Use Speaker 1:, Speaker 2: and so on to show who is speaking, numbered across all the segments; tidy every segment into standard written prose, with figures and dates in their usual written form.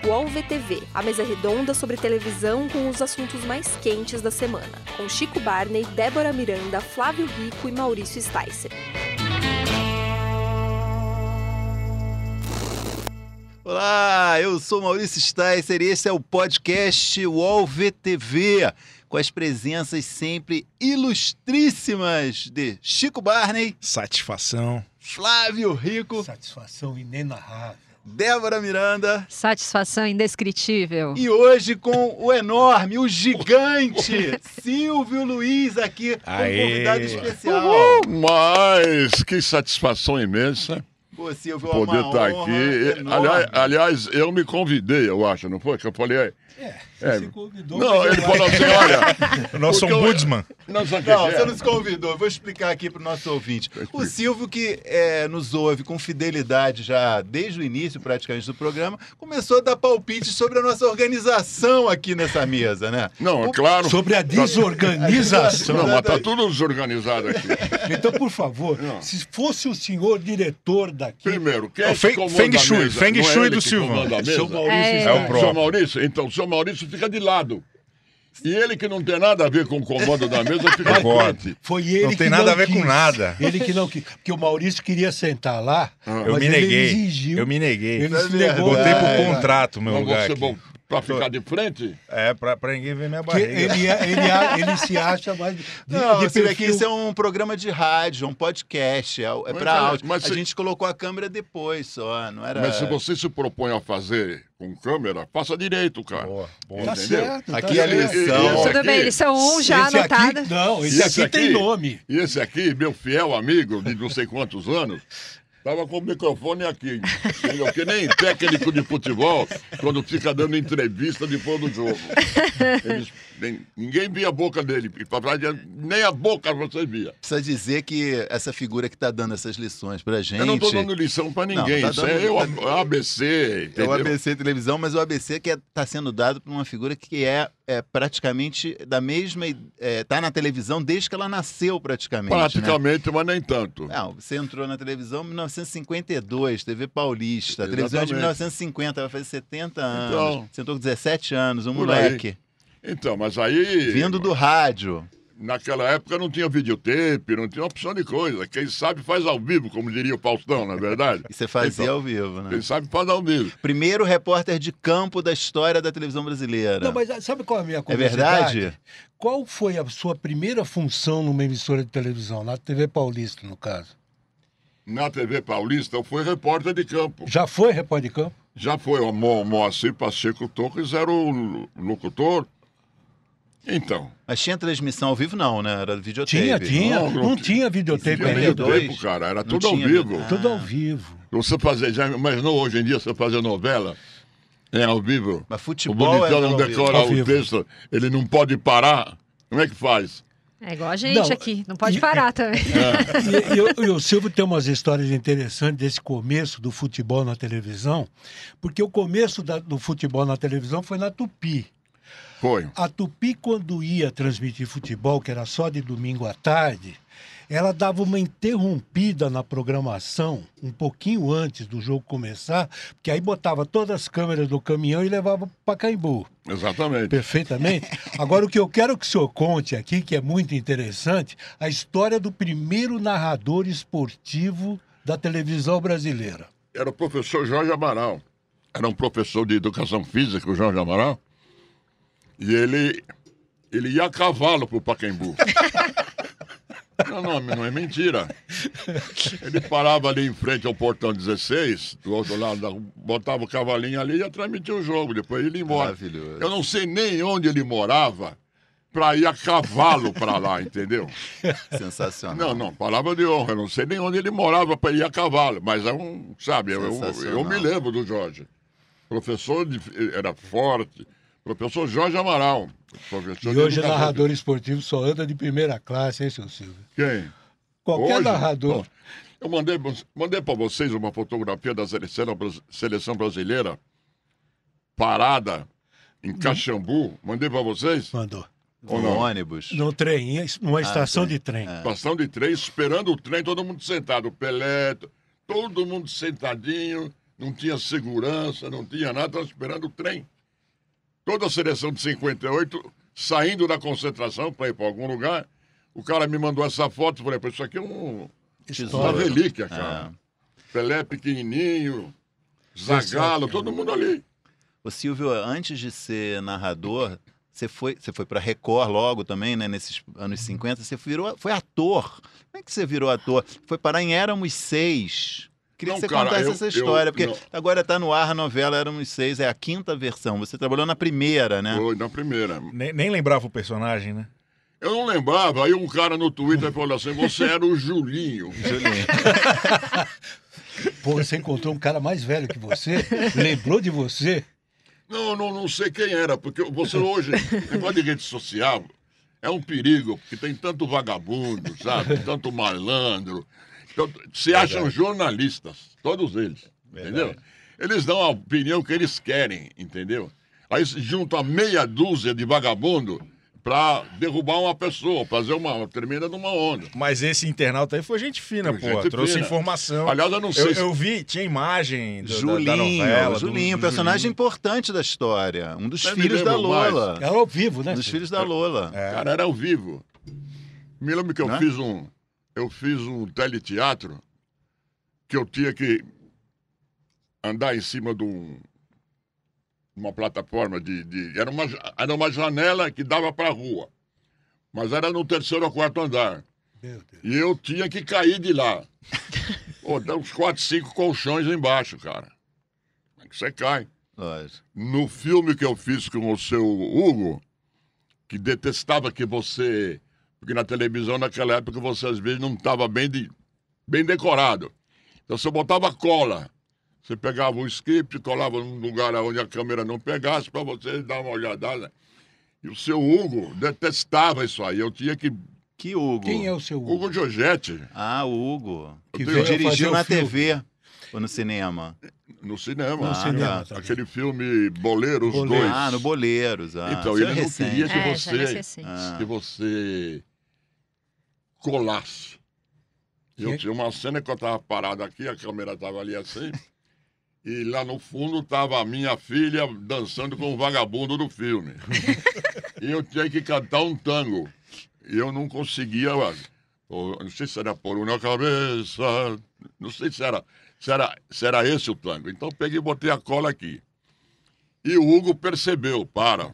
Speaker 1: UOL VTV, a mesa redonda sobre televisão com os assuntos mais quentes da semana, com Chico Barney, Débora Miranda, Flávio Rico e Maurício Sticer.
Speaker 2: Olá, eu sou Maurício Sticer e esse é o podcast UOL VTV, com as presenças sempre ilustríssimas de Chico Barney,
Speaker 3: satisfação,
Speaker 2: Flávio Rico,
Speaker 4: satisfação inenarrável,
Speaker 2: Débora Miranda,
Speaker 5: satisfação indescritível,
Speaker 2: e hoje com o enorme, o gigante Silvio Luiz aqui como convidado especial.
Speaker 6: Mas que satisfação imensa.
Speaker 2: Pô, Silvio,
Speaker 6: poder estar
Speaker 2: aqui.
Speaker 6: Aliás, eu me convidei, eu acho, não foi? Que eu falei.
Speaker 4: Você convidou.
Speaker 6: Não, ele falou assim: olha.
Speaker 3: Nosso ombudsman.
Speaker 6: Não,
Speaker 2: você não se convidou. Eu vou explicar aqui para o nosso ouvinte. O Silvio, que nos ouve com fidelidade já desde o início, praticamente, do programa, começou a dar palpite sobre a nossa organização aqui nessa mesa, né?
Speaker 6: Não, claro.
Speaker 4: Sobre a desorganização.
Speaker 6: Não, mas tá tudo desorganizado aqui.
Speaker 4: Então, por favor, se fosse o senhor diretor daqui...
Speaker 6: Primeiro, quem
Speaker 3: é o Feng Shui, Feng Shui do Silvio.
Speaker 4: Seu Maurício.
Speaker 3: É o próprio.
Speaker 6: Seu Maurício, então, o seu Maurício fica de lado. E ele que não tem nada a ver com o comando da mesa fica forte.
Speaker 4: Foi ele
Speaker 3: não
Speaker 4: que
Speaker 3: tem nada a ver
Speaker 4: quis.
Speaker 3: com nada.
Speaker 4: Ele que não quis. Porque o Maurício queria sentar lá,
Speaker 3: Eu me neguei.
Speaker 4: Exigiu.
Speaker 3: Eu me neguei.
Speaker 4: Ele se negou.
Speaker 3: Botei pro contrato meu lugar
Speaker 6: você
Speaker 3: aqui.
Speaker 6: Pra ficar de frente?
Speaker 3: Pra ninguém ver minha
Speaker 4: Porque
Speaker 3: barriga.
Speaker 4: ele se acha mais
Speaker 2: Não,
Speaker 4: de
Speaker 2: Silvio,
Speaker 4: perfil.
Speaker 2: isso é um programa de rádio, um podcast, é para áudio.
Speaker 6: Mas
Speaker 2: a gente colocou a câmera depois só, não era...
Speaker 6: Mas se você se propõe a fazer com câmera, faça direito, cara.
Speaker 3: Boa.
Speaker 4: Tá certo.
Speaker 2: Aqui
Speaker 4: tá
Speaker 2: a
Speaker 4: certo.
Speaker 2: lição.
Speaker 5: Tudo bem, lição 1 já
Speaker 4: Esse
Speaker 5: anotada.
Speaker 4: aqui, não, esse aqui tem nome.
Speaker 6: E esse aqui, meu fiel amigo de não sei quantos anos, tava com o microfone aqui, entendeu? Que nem técnico de futebol, quando fica dando entrevista depois do jogo. Ninguém via a boca dele, nem a boca você via.
Speaker 2: Precisa dizer que essa figura que está dando essas lições pra gente...
Speaker 6: Eu não tô dando lição pra ninguém,
Speaker 2: Não,
Speaker 6: isso é o ABC, entendeu?
Speaker 2: É o ABC Televisão, mas o ABC que está sendo dado por uma figura que é praticamente da mesma... Tá na televisão desde que ela nasceu praticamente,
Speaker 6: Praticamente, mas nem tanto.
Speaker 2: Não, você entrou na televisão em 1952, TV Paulista. A televisão é de 1950, vai fazer 70 anos.
Speaker 6: Então,
Speaker 2: você entrou com 17 anos, um
Speaker 6: por
Speaker 2: moleque.
Speaker 6: aí. Então, mas aí...
Speaker 2: Vindo do rádio.
Speaker 6: Naquela época não tinha videotape, não tinha opção de coisa. Quem sabe faz ao vivo, como diria o Faustão, não é verdade?
Speaker 2: E você fazia ao vivo, né?
Speaker 6: Quem sabe faz ao vivo.
Speaker 2: Primeiro repórter de campo da história da televisão brasileira.
Speaker 4: Não, mas sabe qual é a minha
Speaker 2: É
Speaker 4: curiosidade?
Speaker 2: verdade?
Speaker 4: Qual foi a sua primeira função numa emissora de televisão? Na TV Paulista, no caso.
Speaker 6: Na TV Paulista, eu fui repórter de campo.
Speaker 4: Já foi repórter de campo?
Speaker 6: Já foi. O Moacir Pacheco Torres era o locutor. Então.
Speaker 2: Mas tinha transmissão ao vivo, não, né? Era videotape.
Speaker 4: Tinha. Não
Speaker 6: Não
Speaker 4: tinha videotape
Speaker 6: tinha
Speaker 4: ainda.
Speaker 6: tempo, cara. Era tudo ao
Speaker 2: tinha
Speaker 6: vivo.
Speaker 4: Tudo ao vivo.
Speaker 6: Você fazer, já imaginou hoje em dia você fazer novela? É ao vivo.
Speaker 2: Mas
Speaker 6: O
Speaker 2: futebol
Speaker 6: bonitão não
Speaker 2: ao vivo.
Speaker 6: decora
Speaker 4: Ao
Speaker 6: o
Speaker 4: vivo.
Speaker 6: texto, ele não pode parar. Como é que faz?
Speaker 5: É igual a gente
Speaker 4: Não,
Speaker 5: aqui, não pode parar também.
Speaker 4: E o Silvio tem umas histórias interessantes desse começo do futebol na televisão, porque o começo do futebol na televisão foi na Tupi.
Speaker 6: Foi.
Speaker 4: A Tupi, quando ia transmitir futebol, que era só de domingo à tarde, ela dava uma interrompida na programação, um pouquinho antes do jogo começar, porque aí botava todas as câmeras do caminhão e levava para Pacaembu.
Speaker 6: Exatamente.
Speaker 4: Perfeitamente. Agora, o que eu quero que o senhor conte aqui, que é muito interessante, a história do primeiro narrador esportivo da televisão brasileira.
Speaker 6: Era o professor Jorge Amaral. Era um professor de educação física, o Jorge Amaral. E ele ia a cavalo pro Pacaembu. Não é mentira. Ele parava ali em frente ao portão 16, do outro lado, botava o cavalinho ali e ia transmitir o jogo. Depois ele ia embora.
Speaker 2: Maravilhoso.
Speaker 6: Eu não sei nem onde ele morava pra ir a cavalo pra lá, entendeu?
Speaker 2: Sensacional.
Speaker 6: Não, palavra de honra. Eu não sei nem onde ele morava pra ir a cavalo. Mas é um, sabe, eu me lembro do Jorge. Professor era forte. Professor Jorge Amaral.
Speaker 4: E hoje narrador esportivo só anda de primeira classe, hein, seu Silvio?
Speaker 6: Quem?
Speaker 4: Qualquer
Speaker 6: Hoje?
Speaker 4: narrador.
Speaker 6: Bom, eu mandei para vocês uma fotografia da seleção brasileira parada em Caxambu. Mandei para vocês?
Speaker 4: Mandou.
Speaker 6: Ou
Speaker 2: No
Speaker 6: não?
Speaker 2: ônibus.
Speaker 4: No trem, numa estação de trem.
Speaker 6: Estação de trem, esperando o trem, todo mundo sentado. O Pelé, todo mundo sentadinho. não tinha segurança, não tinha nada, estava esperando o trem. Toda a seleção de 58, saindo da concentração para ir para algum lugar, o cara me mandou essa foto e falei, pô, isso aqui é uma relíquia, cara. Pelé pequenininho, Zagallo, todo mundo ali.
Speaker 2: O Silvio, antes de ser narrador, você foi para Record logo também, né? Nesses anos 50, você foi ator. Como é que você virou ator? Foi parar em Éramos Seis. Queria que você contasse essa história, porque agora está no ar a novela Éramos Seis, é a 5ª versão. Você trabalhou na primeira, né?
Speaker 6: Foi, na primeira.
Speaker 3: Nem lembrava o personagem, né?
Speaker 6: Eu não lembrava, aí um cara no Twitter falou assim, você era o Julinho.
Speaker 4: Pô, você encontrou um cara mais velho que você? Lembrou de você?
Speaker 6: Não sei quem era, porque você hoje, negócio de rede social, é um perigo, porque tem tanto vagabundo, sabe? Tanto malandro. Então, se acham jornalistas, todos eles, entendeu? Eles dão a opinião que eles querem, entendeu? Aí se juntam meia dúzia de vagabundo pra derrubar uma pessoa, fazer uma tremenda de uma onda.
Speaker 3: Mas esse internauta aí foi gente fina, pô. Trouxe informação.
Speaker 6: Aliás, eu não sei.
Speaker 3: Eu vi, tinha imagem
Speaker 2: Julinho,
Speaker 3: da novela.
Speaker 2: Julinho, personagem importante da história. Um dos
Speaker 6: Eu
Speaker 2: filhos
Speaker 6: me
Speaker 2: da
Speaker 6: lembro
Speaker 2: Lola.
Speaker 4: Era ao vivo, né?
Speaker 2: Um dos filhos da Lola.
Speaker 6: Cara, era ao vivo. Me lembro que eu fiz um teleteatro que eu tinha que andar em cima de uma plataforma era uma janela que dava para a rua, mas era no 3º ou 4º andar.
Speaker 4: Meu Deus.
Speaker 6: E eu tinha que cair de lá. Pô, dá uns 4, 5 colchões embaixo, cara. Como é que você cai?
Speaker 2: Lógico.
Speaker 6: No filme que eu fiz com o seu Hugo, que detestava que você... Porque na televisão, naquela época, você às vezes não estava bem decorado. Então você botava cola. Você pegava um script, colava num lugar onde a câmera não pegasse para você dar uma olhada. E o seu Hugo detestava isso aí. Eu tinha que...
Speaker 2: Que Hugo?
Speaker 4: Quem é o seu Hugo?
Speaker 6: Hugo Giorgetti.
Speaker 2: Ah, o Hugo.
Speaker 4: Que
Speaker 2: Ele
Speaker 4: veio
Speaker 2: dirigiu
Speaker 4: fazer
Speaker 2: na
Speaker 4: o filme.
Speaker 2: TV ou no cinema?
Speaker 6: No cinema.
Speaker 2: No
Speaker 4: cinema,
Speaker 2: tá.
Speaker 4: tá.
Speaker 6: Aquele filme Boleiros
Speaker 4: Boleiros.
Speaker 6: 2.
Speaker 2: Ah, no Boleiros. Ah,
Speaker 6: Então,
Speaker 2: isso
Speaker 6: ele
Speaker 2: é
Speaker 6: não
Speaker 2: recente.
Speaker 6: queria que
Speaker 5: já
Speaker 6: você...
Speaker 5: era recente.
Speaker 6: que você colasse. Eu tinha uma cena que eu estava parado aqui, a câmera estava ali assim, e lá no fundo estava a minha filha dançando com o vagabundo do filme. E eu tinha que cantar um tango. E eu não conseguia, não sei se era pôr na cabeça, não sei se era esse o tango. Então peguei e botei a cola aqui. E o Hugo percebeu, para.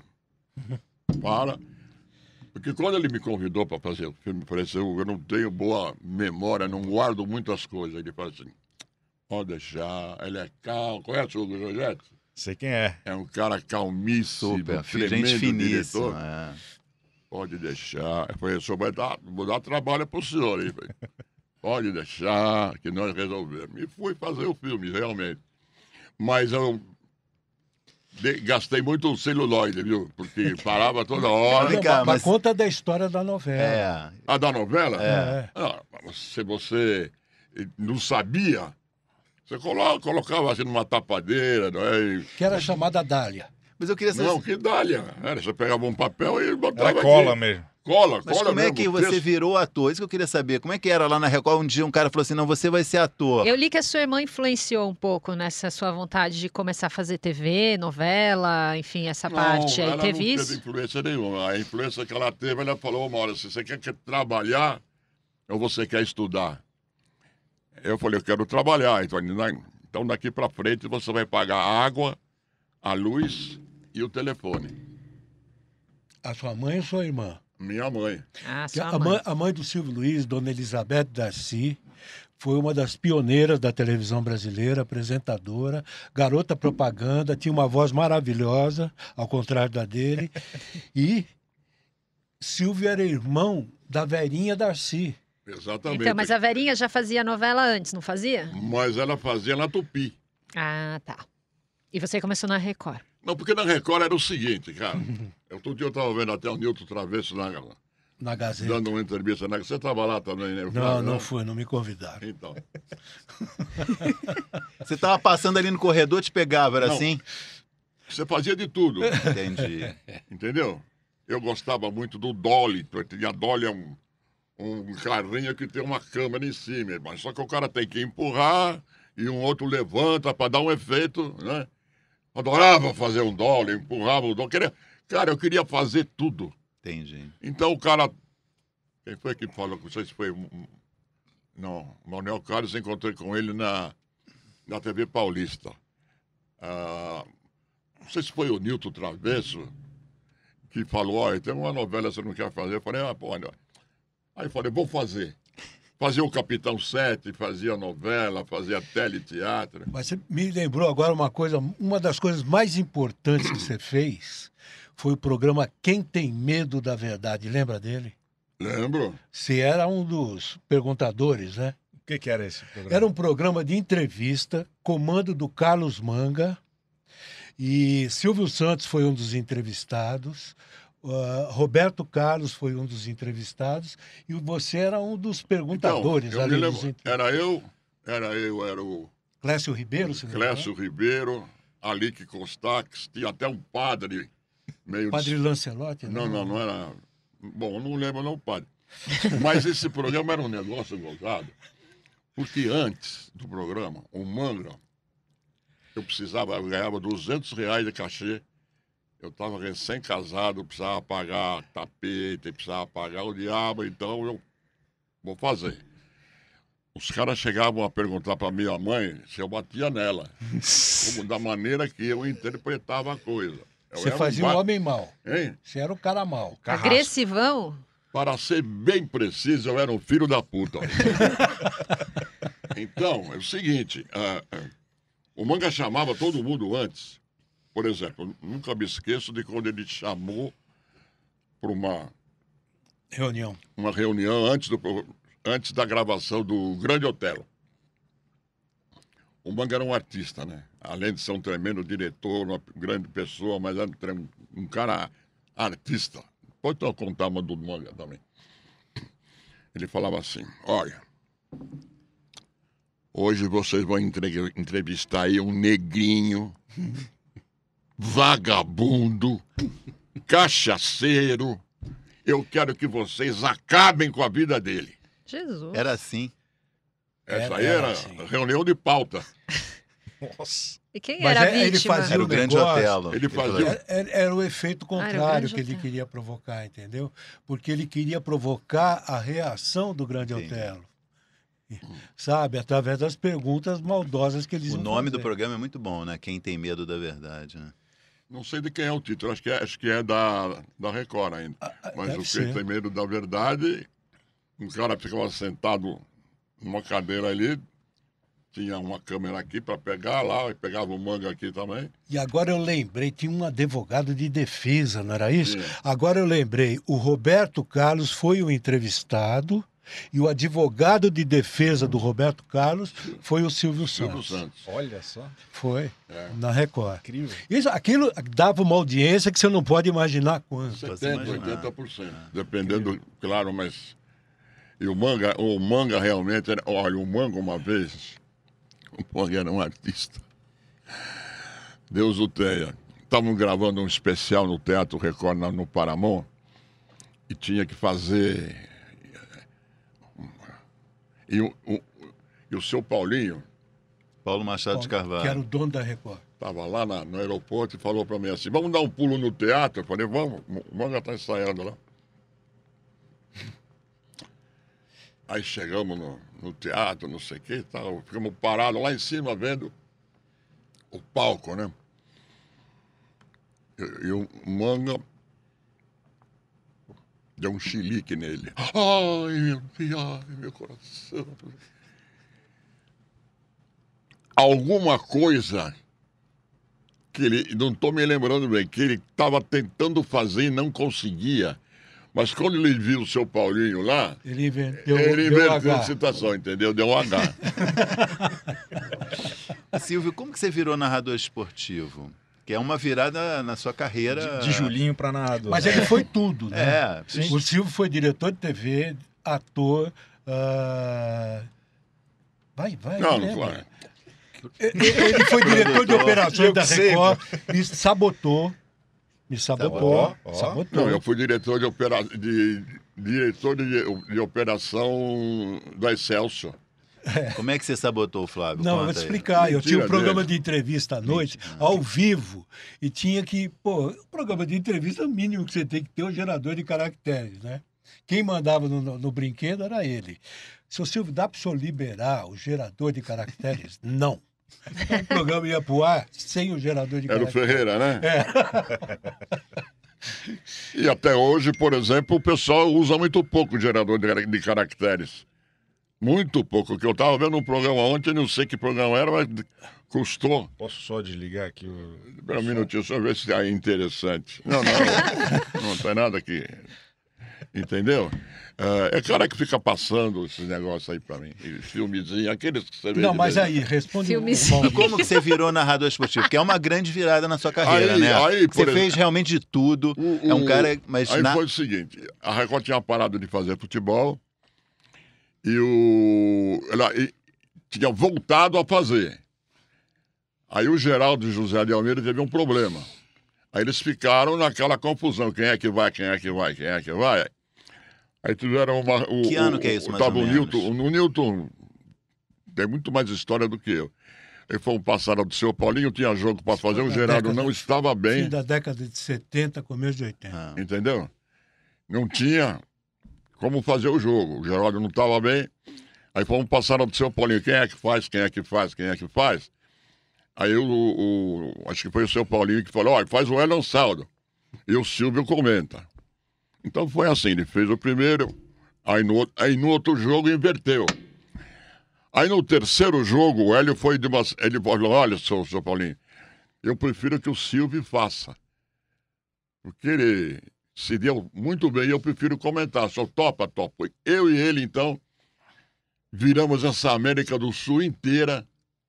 Speaker 6: Porque quando ele me convidou para fazer o filme, falei assim, eu não tenho boa memória, não guardo muitas coisas. Ele falou assim, pode deixar, ele é calmo. Conhece o Hugo Giorgetti?
Speaker 3: Sei quem é.
Speaker 6: É um cara calmíssimo,
Speaker 2: Super,
Speaker 6: tremendo
Speaker 2: gente
Speaker 6: diretor.
Speaker 2: finíssima.
Speaker 6: Pode deixar. Eu falei, só vou dar trabalho para o senhor. Aí. Pode deixar, que nós resolvemos. E fui fazer o filme, realmente. Mas eu... Gastei muito celulóide, viu? Porque parava toda hora.
Speaker 2: Vem cá,
Speaker 4: Mas
Speaker 2: mas-
Speaker 4: conta da história da novela.
Speaker 2: É.
Speaker 6: A da novela?
Speaker 4: É.
Speaker 6: Se você não sabia, você colocava assim numa tapadeira, não é?
Speaker 4: Que era chamada Dália.
Speaker 2: Mas eu queria saber.
Speaker 6: Não, que dália. Era, você pegava um papel e botava
Speaker 3: Era
Speaker 6: aqui.
Speaker 3: cola mesmo.
Speaker 6: Cola
Speaker 2: Mas como é
Speaker 6: mesmo,
Speaker 2: que
Speaker 6: o
Speaker 2: você
Speaker 6: texto.
Speaker 2: virou ator? Isso que eu queria saber. Como é que era lá na Record? Um dia um cara falou assim, não, você vai ser ator.
Speaker 5: Eu li que a sua irmã influenciou um pouco nessa sua vontade de começar a fazer TV, novela, enfim, essa parte aí.
Speaker 6: Ela
Speaker 5: Teve
Speaker 6: não
Speaker 5: isso?
Speaker 6: teve influência nenhuma. A influência que ela teve, ela falou uma hora, se você quer trabalhar ou você quer estudar? Eu falei, eu quero trabalhar. Então daqui para frente você vai pagar a água, a luz e o telefone.
Speaker 4: A sua mãe ou sua irmã?
Speaker 6: Minha mãe.
Speaker 5: Ah,
Speaker 4: Que
Speaker 5: sua mãe.
Speaker 4: a mãe do Silvio Luiz, Dona Elizabeth Darcy, foi uma das pioneiras da televisão brasileira, apresentadora, garota propaganda, tinha uma voz maravilhosa, ao contrário da dele. E Silvio era irmão da Verinha Darcy.
Speaker 6: Exatamente.
Speaker 5: Então, mas a Verinha já fazia novela antes, não fazia?
Speaker 6: Mas ela fazia na Tupi.
Speaker 5: Ah, tá. E você começou na Record.
Speaker 6: Não, porque na Record era o seguinte, cara. Outro dia eu estava vendo até o Nilton Travesso
Speaker 4: Na Gazeta.
Speaker 6: dando uma entrevista. Você estava lá também, né?
Speaker 4: Não fui, não me convidaram.
Speaker 6: Então.
Speaker 2: Você tava passando ali no corredor, te pegava, era
Speaker 6: Não.
Speaker 2: assim?
Speaker 6: Você fazia de tudo.
Speaker 2: Entendi.
Speaker 6: Entendeu? Eu gostava muito do Dolly. A Dolly é um carrinho que tem uma câmera em cima. Mas só que o cara tem que empurrar e um outro levanta para dar um efeito, né? Adorava fazer um dólar, empurrava o dólar. Cara, eu queria fazer tudo.
Speaker 2: Entendi.
Speaker 6: Então o cara... Quem foi que falou? Não sei se foi... Não, Manuel Carlos, encontrei com ele na TV Paulista. Não sei se foi o Nilton Travesso que falou, olha, tem uma novela que você não quer fazer. Eu falei, pô, não. Aí eu falei, vou fazer. Fazia o Capitão 7, fazia novela, fazia teleteatro.
Speaker 4: Mas você me lembrou agora uma das coisas mais importantes que você fez foi o programa Quem Tem Medo da Verdade. Lembra dele?
Speaker 6: Lembro.
Speaker 4: Você era um dos perguntadores, né?
Speaker 3: O que era esse programa?
Speaker 4: Era um programa de entrevista, comando do Carlos Manga, e Silvio Santos foi um dos entrevistados, Roberto Carlos foi um dos entrevistados, e você era um dos perguntadores.
Speaker 6: Então, eu me lembro, era o
Speaker 4: Clécio Ribeiro, se não me
Speaker 6: Clécio Ribeiro, Alique Costax, tinha até um padre meio...
Speaker 4: Padre Lancelotti?
Speaker 6: Não era... Bom, eu não lembro não, padre. Mas esse programa era um negócio gozado. Porque antes do programa, o Manga, eu ganhava R$200 de cachê. Eu estava recém-casado, precisava pagar tapete, precisava pagar o diabo, então eu vou fazer. Os caras chegavam a perguntar para minha mãe se eu batia nela. Da maneira que eu interpretava a coisa.
Speaker 4: Você fazia um homem mau.
Speaker 6: Hein?
Speaker 4: Você era um cara mau.
Speaker 3: Carrasco.
Speaker 5: Agressivão?
Speaker 6: Para ser bem preciso, eu era um filho da puta. Então, é o seguinte, o Manga chamava todo mundo antes. Por exemplo, nunca me esqueço de quando ele chamou para uma reunião antes da gravação do Grande Otelo. O Manga era um artista, né? Além de ser um tremendo diretor, uma grande pessoa, mas era um cara artista. Pode eu contar uma do Manga também. Ele falava assim, olha, hoje vocês vão entrevistar aí um negrinho, vagabundo, cachaceiro. Eu quero que vocês acabem com a vida dele.
Speaker 5: Jesus.
Speaker 2: Era assim.
Speaker 6: Essa aí era
Speaker 4: assim.
Speaker 6: Reunião de pauta.
Speaker 3: Nossa.
Speaker 5: E quem
Speaker 4: Mas
Speaker 5: era a
Speaker 4: ele
Speaker 5: vítima?
Speaker 4: fazia
Speaker 2: Era
Speaker 4: o
Speaker 2: o Grande
Speaker 4: negócio.
Speaker 2: Otelo.
Speaker 6: Ele fazia...
Speaker 4: Era o efeito
Speaker 5: era o
Speaker 4: contrário
Speaker 5: Grande
Speaker 4: que ele
Speaker 5: Otelo.
Speaker 4: queria provocar, entendeu? Porque ele queria provocar a reação do Grande
Speaker 2: Entendi.
Speaker 4: Otelo. Sabe? Através das perguntas maldosas que eles
Speaker 2: O
Speaker 4: iam
Speaker 2: nome do
Speaker 4: fazer.
Speaker 2: programa é muito bom, né? Quem Tem Medo da Verdade, né?
Speaker 6: Não sei de quem é o título, acho que é da Record ainda. Mas
Speaker 4: deve
Speaker 6: o
Speaker 4: ser.
Speaker 6: Quem Tem Medo da Verdade, um cara ficava sentado numa cadeira ali, tinha uma câmera aqui para pegar lá, e pegava o Manga aqui também.
Speaker 4: E agora eu lembrei, tinha um advogado de defesa, não era isso?
Speaker 6: Sim.
Speaker 4: Agora eu lembrei, o Roberto Carlos foi o entrevistado e o advogado de defesa do Roberto Carlos foi o Silvio
Speaker 6: Silvio
Speaker 4: Santos.
Speaker 6: Santos.
Speaker 3: Olha só.
Speaker 4: Foi, na Record.
Speaker 3: Incrível.
Speaker 4: Aquilo dava uma audiência que você não pode imaginar quanto.
Speaker 6: 70%,
Speaker 2: imaginar.
Speaker 6: 80%. Dependendo, claro, mas... E o Manga realmente era... Olha, o Manga uma vez... O Manga era um artista. Deus o tenha. Estavam gravando um especial no Teatro Record no Paramount e tinha que fazer... E o seu Paulinho
Speaker 2: Paulo Machado de Carvalho.
Speaker 4: Que era o dono da Record.
Speaker 6: estava lá no aeroporto e falou para mim assim, vamos dar um pulo no teatro? Eu falei, vamos, o Manga está ensaiando lá. Aí chegamos no teatro, não sei o que, ficamos parados lá em cima vendo o palco, né? E o Manga deu um chilique nele. Ai, meu coração. Alguma coisa que ele, não estou me lembrando bem, que ele estava tentando fazer e não conseguia. Mas quando ele viu o seu Paulinho lá,
Speaker 4: Ele inverteu,
Speaker 6: ele
Speaker 4: deu
Speaker 6: inverteu a
Speaker 4: H.
Speaker 6: situação, entendeu? Deu um H.
Speaker 2: Silvio, como que você virou narrador esportivo? Que é uma virada na sua carreira.
Speaker 3: De Julinho pra narrador.
Speaker 4: Mas ele foi tudo, né?
Speaker 2: É,
Speaker 3: Sim.
Speaker 4: O Silvio foi diretor de TV, ator. Vai.
Speaker 6: Não,
Speaker 4: lembra?
Speaker 6: claro.
Speaker 4: Ele foi diretor de operações
Speaker 3: Eu
Speaker 4: da
Speaker 3: sei,
Speaker 4: Record, me sabotou. Sabotou.
Speaker 6: Não, eu fui diretor de operação da Excelsior.
Speaker 2: Como é que você sabotou o Flávio?
Speaker 4: Não, eu vou
Speaker 2: Conta
Speaker 4: te
Speaker 2: aí.
Speaker 4: explicar. Eu tinha um
Speaker 6: Mentira
Speaker 4: programa
Speaker 6: dele.
Speaker 4: de entrevista à noite, ao vivo, e tinha que... Pô, o programa de entrevista, o mínimo que você tem que ter é o gerador de caracteres, né? Quem mandava no brinquedo era ele. Seu Silvio, dá para o senhor liberar o gerador de caracteres? Não. Então o programa ia pro ar sem o gerador de
Speaker 6: Era o
Speaker 4: caracteres.
Speaker 6: Ferreira, né? E até hoje, por exemplo, o pessoal usa muito pouco o gerador de caracteres. Muito pouco. Que eu estava vendo um programa ontem, não sei que programa era, mas custou.
Speaker 3: Posso só desligar aqui
Speaker 6: Espera um minutinho, só ver se é interessante. Não tem nada aqui. Entendeu? É cara que fica passando esses negócios aí pra mim. E filmezinho, aqueles que você vê.
Speaker 4: Não,
Speaker 6: de
Speaker 4: mas
Speaker 6: vez-
Speaker 4: aí, responde
Speaker 5: Filmezinho.
Speaker 4: Maurício.
Speaker 2: Como que você virou narrador esportivo? Porque é uma grande virada na sua carreira,
Speaker 6: Aí-
Speaker 2: né?
Speaker 6: aí, por
Speaker 2: Você
Speaker 6: exemplo,
Speaker 2: fez realmente de tudo. É um cara... Mas
Speaker 6: Aí foi o seguinte, a Record tinha parado de fazer futebol e ela tinha voltado a fazer. Aí o Geraldo e José de Almeida teve um problema. Aí eles ficaram naquela confusão, quem é que vai, quem é que vai, quem é que vai. Aí tiveram uma...
Speaker 2: Que ano que é isso, mais
Speaker 6: tava
Speaker 2: ou
Speaker 6: o
Speaker 2: menos?
Speaker 6: Newton, o Newton tem muito mais história do que eu. Aí fomos passar do seu Paulinho, tinha jogo para fazer, o
Speaker 4: Na
Speaker 6: Geraldo
Speaker 4: década-
Speaker 6: não estava bem.
Speaker 4: Fim da década de 70, começo de 80.
Speaker 2: Ah.
Speaker 6: Entendeu? Não tinha como fazer o jogo. O Geraldo não estava bem. Aí fomos passar do seu Paulinho. Quem é que faz? Quem é que faz? Quem é que faz? Aí acho que foi o seu Paulinho que falou, olha, faz o Elon Saldo. E o Silvio comenta. Então foi assim, ele fez o primeiro, aí no outro jogo inverteu. Aí no terceiro jogo, o Hélio ele falou, olha, seu Paulinho, eu prefiro que o Silvio faça. Porque ele se deu muito bem e eu prefiro comentar. Só topa. Eu e ele, então, viramos essa América do Sul inteira,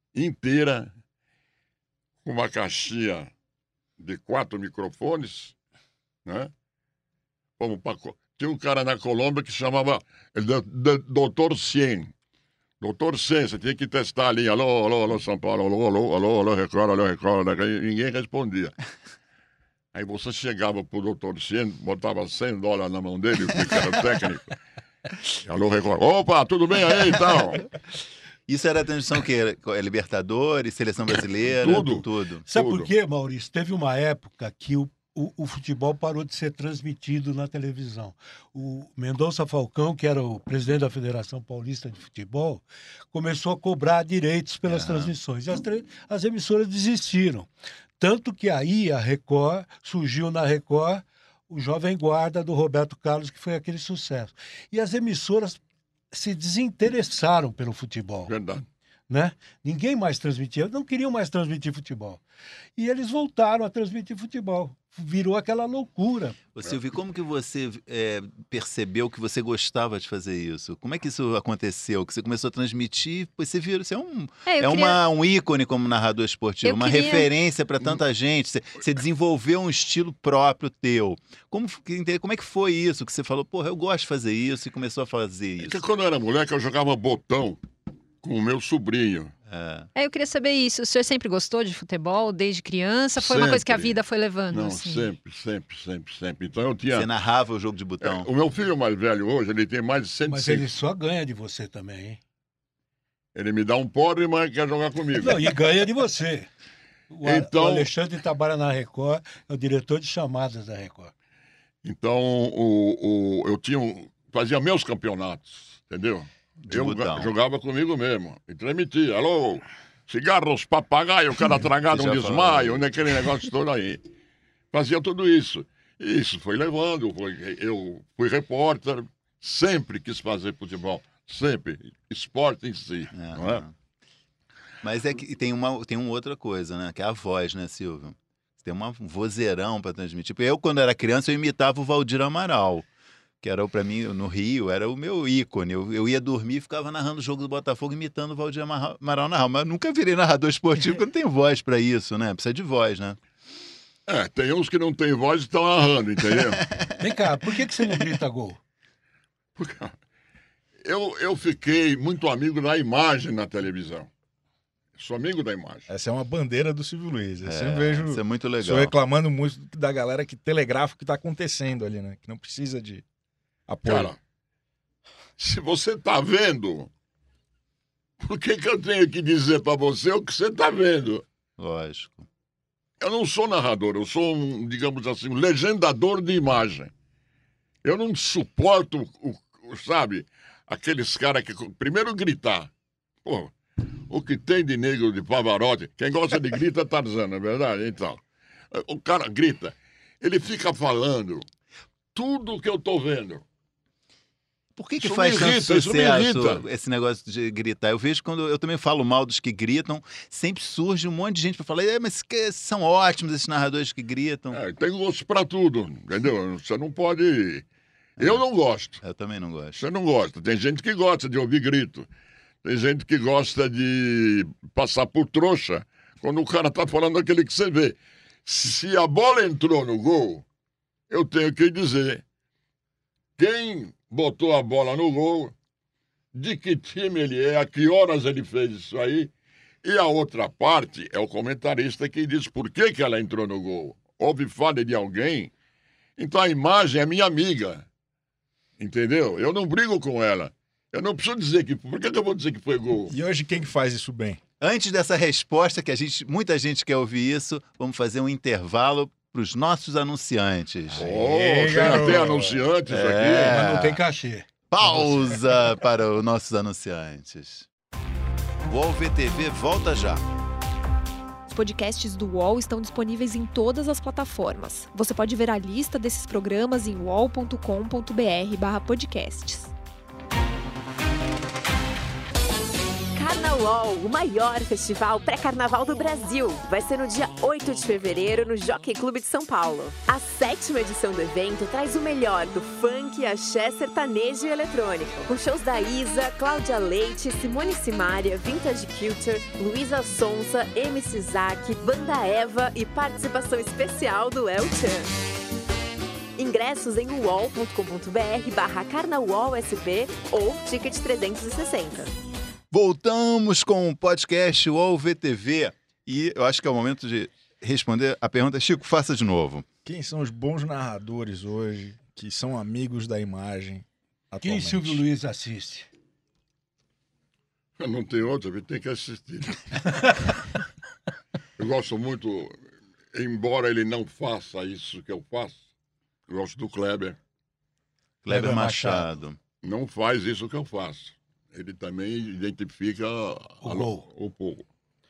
Speaker 6: com uma caixinha de 4 microfones, né? Tinha um cara na Colômbia que chamava Dr. Cien. Doutor Cien, você tinha que testar ali. Alô, alô, alô, São Paulo, alô, alô, alô, alô, Record, alô, Record. Ninguém respondia. Aí você chegava pro doutor Cien, botava $100 na mão dele, que era o técnico. Alô, Record. Opa, tudo bem aí, então?
Speaker 2: Isso era a transmissão que é Libertadores, Seleção Brasileira,
Speaker 6: Tudo.
Speaker 2: tudo.
Speaker 4: Sabe
Speaker 6: Tudo.
Speaker 4: por quê, Maurício? Teve uma época que o futebol parou de ser transmitido na televisão. O Mendonça Falcão, que era o presidente da Federação Paulista de Futebol, começou a cobrar direitos pelas transmissões. E as emissoras desistiram. Tanto que aí a Record, surgiu na Record o Jovem Guarda do Roberto Carlos, que foi aquele sucesso. E as emissoras se desinteressaram pelo futebol.
Speaker 6: Verdade.
Speaker 4: Né? Ninguém mais transmitia, não queriam mais transmitir futebol. E eles voltaram a transmitir futebol. Virou aquela loucura.
Speaker 2: Ô, Silvio, como que você percebeu que você gostava de fazer isso? Como é que isso aconteceu? Que você começou a transmitir, você virou, você um ícone como narrador esportivo, uma referência para tanta gente. Você desenvolveu um estilo próprio teu. Como é que foi isso? Que você falou, porra, eu gosto de fazer isso e começou a fazer isso.
Speaker 6: Porque quando eu era moleque, eu jogava botão com o meu sobrinho.
Speaker 5: Eu queria saber isso. O senhor sempre gostou de futebol desde criança? Foi uma coisa que a vida foi levando?
Speaker 6: Não,
Speaker 5: assim?
Speaker 6: sempre. Então eu tinha...
Speaker 2: Você narrava o jogo de botão?
Speaker 6: O meu filho mais velho hoje, ele tem mais de 105.
Speaker 4: Mas ele só ganha de você também, hein?
Speaker 6: Ele me dá um porre, mas quer jogar comigo.
Speaker 4: Não, e ganha de você. O
Speaker 6: Então-
Speaker 4: Alexandre trabalha na Record, é o diretor de chamadas da Record.
Speaker 6: Então, eu fazia meus campeonatos, entendeu? Eu
Speaker 2: botão.
Speaker 6: jogava comigo mesmo. E transmitia. Alô, cigarros, papagaio, cada tragado um
Speaker 2: Já
Speaker 6: desmaio, aquele negócio todo aí. Fazia tudo isso. E isso foi levando. Eu fui repórter, sempre quis fazer futebol. Sempre. Esporte em si. Não é?
Speaker 2: Mas é que tem uma outra coisa, né? Que é a voz, né, Silvio? Você tem um vozeirão para transmitir. Eu, quando era criança, eu imitava o Valdir Amaral, que era, para mim, no Rio, era o meu ícone. Eu ia dormir e ficava narrando o jogo do Botafogo, imitando o Valdir Amaral narrar. Mas eu nunca virei narrador esportivo, porque não tem voz para isso, né? Precisa de voz, né?
Speaker 6: Tem uns que não têm voz e estão narrando, entendeu?
Speaker 4: Vem cá, por que você não grita gol?
Speaker 6: Porque eu fiquei muito amigo da imagem na televisão. Sou amigo da imagem.
Speaker 3: Essa é uma bandeira do Silvio Luiz. Eu sempre vejo
Speaker 2: Isso é muito
Speaker 3: o
Speaker 2: legal.
Speaker 3: senhor reclamando muito da galera que telegrafa o que está acontecendo ali, né? Que não precisa de apoio.
Speaker 6: Cara, se você tá vendo Por que eu tenho que dizer para você o que você está vendo?
Speaker 2: Lógico.
Speaker 6: Eu não sou narrador, eu sou digamos assim, um legendador de imagem. Eu não suporto, sabe, aqueles caras que primeiro gritar. Pô, o que tem de negro de Pavarotti, quem gosta de grita é Tarzan, não é verdade? Então, o cara grita, ele fica falando tudo o que eu tô vendo.
Speaker 2: Por que
Speaker 6: Isso
Speaker 2: faz
Speaker 6: me
Speaker 2: tanto
Speaker 6: irrita, isso me
Speaker 2: sucesso
Speaker 6: irrita.
Speaker 2: esse negócio de gritar? Eu vejo quando eu também falo mal dos que gritam, sempre surge um monte de gente para falar, mas são ótimos esses narradores que gritam.
Speaker 6: Tem gosto pra tudo, entendeu? Você não pode... Eu não gosto.
Speaker 2: Eu também não gosto.
Speaker 6: Você não gosta. Tem gente que gosta de ouvir grito. Tem gente que gosta de passar por trouxa quando o cara tá falando aquele que você vê. Se a bola entrou no gol, eu tenho que dizer quem botou a bola no gol, de que time ele é, a que horas ele fez isso aí. E a outra parte é o comentarista que diz por que ela entrou no gol. Houve falha de alguém. Então a imagem é minha amiga. Entendeu? Eu não brigo com ela. Eu não preciso dizer que... Por que eu vou dizer que foi gol?
Speaker 3: E hoje quem que faz isso bem?
Speaker 2: Antes dessa resposta, que muita gente quer ouvir isso, vamos fazer um intervalo para os nossos anunciantes.
Speaker 6: Você já tem anunciantes aqui?
Speaker 4: Mas não tem cachê.
Speaker 2: Pausa para os nossos anunciantes. O UOL VTV volta já.
Speaker 1: Os podcasts do UOL estão disponíveis em todas as plataformas. Você pode ver a lista desses programas em uol.com.br/podcasts.
Speaker 7: Carnaval, o maior festival pré-carnaval do Brasil. Vai ser no dia 8 de fevereiro, no Jockey Club de São Paulo. A 7ª edição do evento traz o melhor do funk, axé, sertanejo e eletrônico. Com shows da Isa, Cláudia Leite, Simone Simaria, Vintage Culture, Luísa Sonza, MC Zack, Banda Eva e participação especial do El Chan. Ingressos em uol.com.br/carnavalsp ou Ticket 360.
Speaker 2: Voltamos com o podcast UOL VTV e eu acho que é o momento de responder a pergunta. Chico, faça de novo.
Speaker 3: Quem são os bons narradores hoje, que são amigos da imagem atualmente?
Speaker 4: Quem Silvio Luiz assiste?
Speaker 6: Eu não tenho outro, tem que assistir. Eu gosto muito, embora ele não faça isso que eu faço, eu gosto do Kleber.
Speaker 2: Kleber Machado.
Speaker 6: Não faz isso que eu faço. Ele também identifica o povo.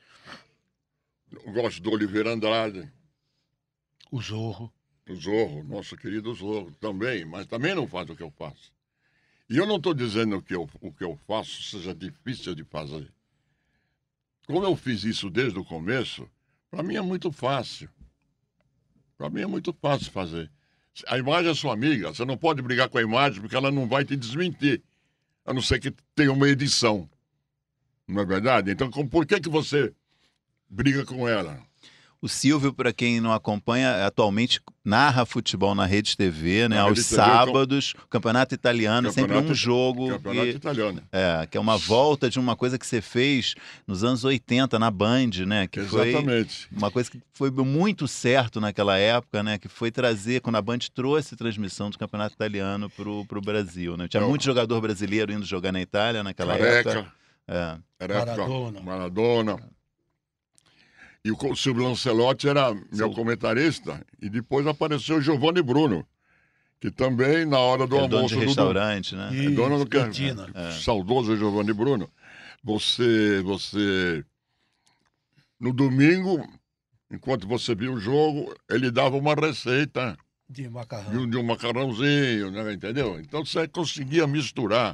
Speaker 6: Eu gosto do Oliveira Andrade.
Speaker 4: O Zorro.
Speaker 6: O Zorro, nosso querido Zorro, também, mas também não faz o que eu faço. E eu não estou dizendo que o que eu faço seja difícil de fazer. Como eu fiz isso desde o começo, para mim é muito fácil. Para mim é muito fácil fazer. A imagem é sua amiga, você não pode brigar com a imagem porque ela não vai te desmentir. A não ser que tenha uma edição. Não é verdade? Então, por que você briga com ela?
Speaker 2: O Silvio, para quem não acompanha, atualmente narra futebol na Rede TV, né? Aos sábados, Campeonato Italiano, sempre um jogo.
Speaker 6: Campeonato Italiano.
Speaker 2: Que é uma volta de uma coisa que você fez nos anos 80 na Band, né? Que
Speaker 6: Exatamente.
Speaker 2: Foi uma coisa que foi muito certo naquela época, né? Que foi trazer, quando a Band trouxe transmissão do Campeonato Italiano pro Brasil, né? Tinha muito jogador brasileiro indo jogar na Itália naquela época.
Speaker 6: Maradona. E o Silvio Lancelotti era meu comentarista. E depois apareceu o Giovanni Bruno, que também, na hora do almoço...
Speaker 2: dono de restaurante, né?
Speaker 6: É dono do
Speaker 4: cantina.
Speaker 6: Saudoso Giovanni Bruno. Você... No domingo, enquanto você via o jogo, ele dava uma receita...
Speaker 4: De macarrão.
Speaker 6: De um macarrãozinho, né? Entendeu? Então você conseguia misturar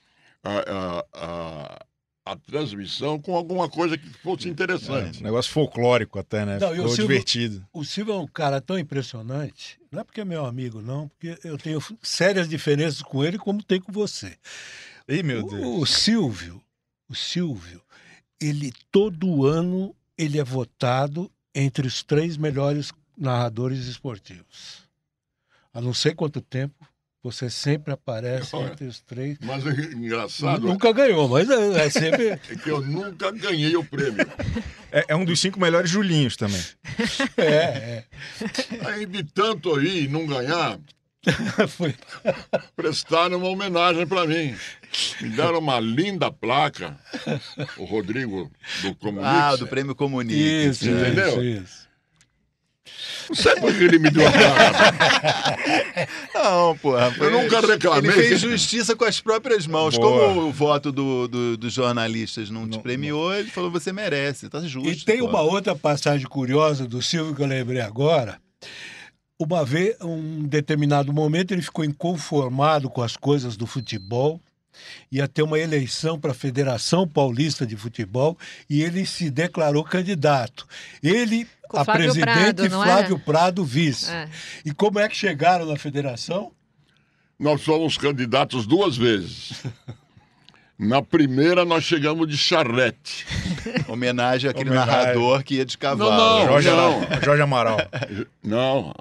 Speaker 6: a transmissão com alguma coisa que fosse interessante.
Speaker 3: Um negócio folclórico até, né?
Speaker 4: Não,
Speaker 3: ficou divertido.
Speaker 4: O Silvio é um cara tão impressionante, não é porque é meu amigo, não, porque eu tenho sérias diferenças com ele, como tem com você.
Speaker 3: Ih, meu Deus.
Speaker 4: O Silvio, ele todo ano ele é votado entre os 3 melhores narradores esportivos. Há não sei quanto tempo, você sempre aparece entre os 3.
Speaker 6: Mas é engraçado.
Speaker 4: Nunca ganhou, mas é sempre.
Speaker 6: É que eu nunca ganhei o prêmio.
Speaker 3: É um dos 5 melhores Julinhos também.
Speaker 6: Aí de tanto aí não ganhar,
Speaker 4: Foi.
Speaker 6: Prestaram uma homenagem para mim. Me deram uma linda placa. O Rodrigo do Comunix.
Speaker 2: Ah, do Prêmio Comunix.
Speaker 4: Isso,
Speaker 6: entendeu?
Speaker 4: isso.
Speaker 6: Não sei por que ele me deu a placa.
Speaker 2: Não, porra.
Speaker 6: Eu nunca reclamei.
Speaker 2: Ele fez justiça com as próprias mãos.
Speaker 3: Boa.
Speaker 2: Como o voto dos jornalistas não te premiou, ele falou, você merece, tá justo.
Speaker 4: E tem
Speaker 2: pô.
Speaker 4: uma outra passagem curiosa do Silvio que eu lembrei agora. Uma vez, um determinado momento, ele ficou inconformado com as coisas do futebol. Ia ter uma eleição para a Federação Paulista de Futebol e ele se declarou candidato. Ele,
Speaker 5: Com
Speaker 4: a
Speaker 5: Flávio
Speaker 4: presidente,
Speaker 5: Prado,
Speaker 4: e
Speaker 5: não
Speaker 4: Flávio
Speaker 5: era?
Speaker 4: Prado, vice.
Speaker 5: É.
Speaker 4: E como é que chegaram na federação?
Speaker 6: Nós somos candidatos 2 vezes. Na primeira, nós chegamos de charrete.
Speaker 2: Homenagem àquele
Speaker 3: Homenagem.
Speaker 2: narrador que ia de cavalo.
Speaker 6: Não,
Speaker 3: Jorge Amaral.
Speaker 6: Não,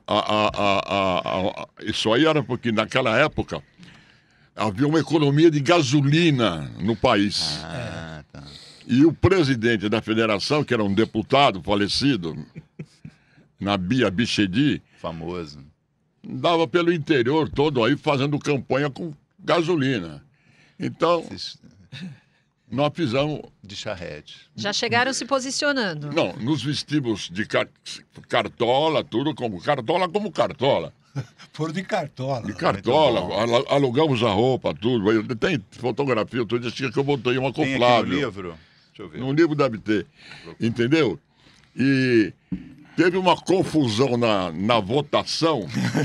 Speaker 6: isso aí era porque naquela época havia uma economia de gasolina no país.
Speaker 2: Ah, tá.
Speaker 6: E o presidente da federação, que era um deputado falecido, Nabia Bichedi,
Speaker 2: Famoso.
Speaker 6: andava pelo interior todo aí fazendo campanha com gasolina. Então, nós fizemos...
Speaker 2: De charrete.
Speaker 5: Já chegaram se posicionando.
Speaker 6: Não, nos vestimos de cartola, tudo como cartola.
Speaker 4: Foram de cartola.
Speaker 6: De cartola, alugamos a roupa, tudo. Tem fotografia, tudo isso que eu botei uma com
Speaker 2: Tem aqui no
Speaker 6: Flávio.
Speaker 2: livro? Deixa eu ver.
Speaker 6: No livro deve ter. Entendeu? E teve uma confusão na votação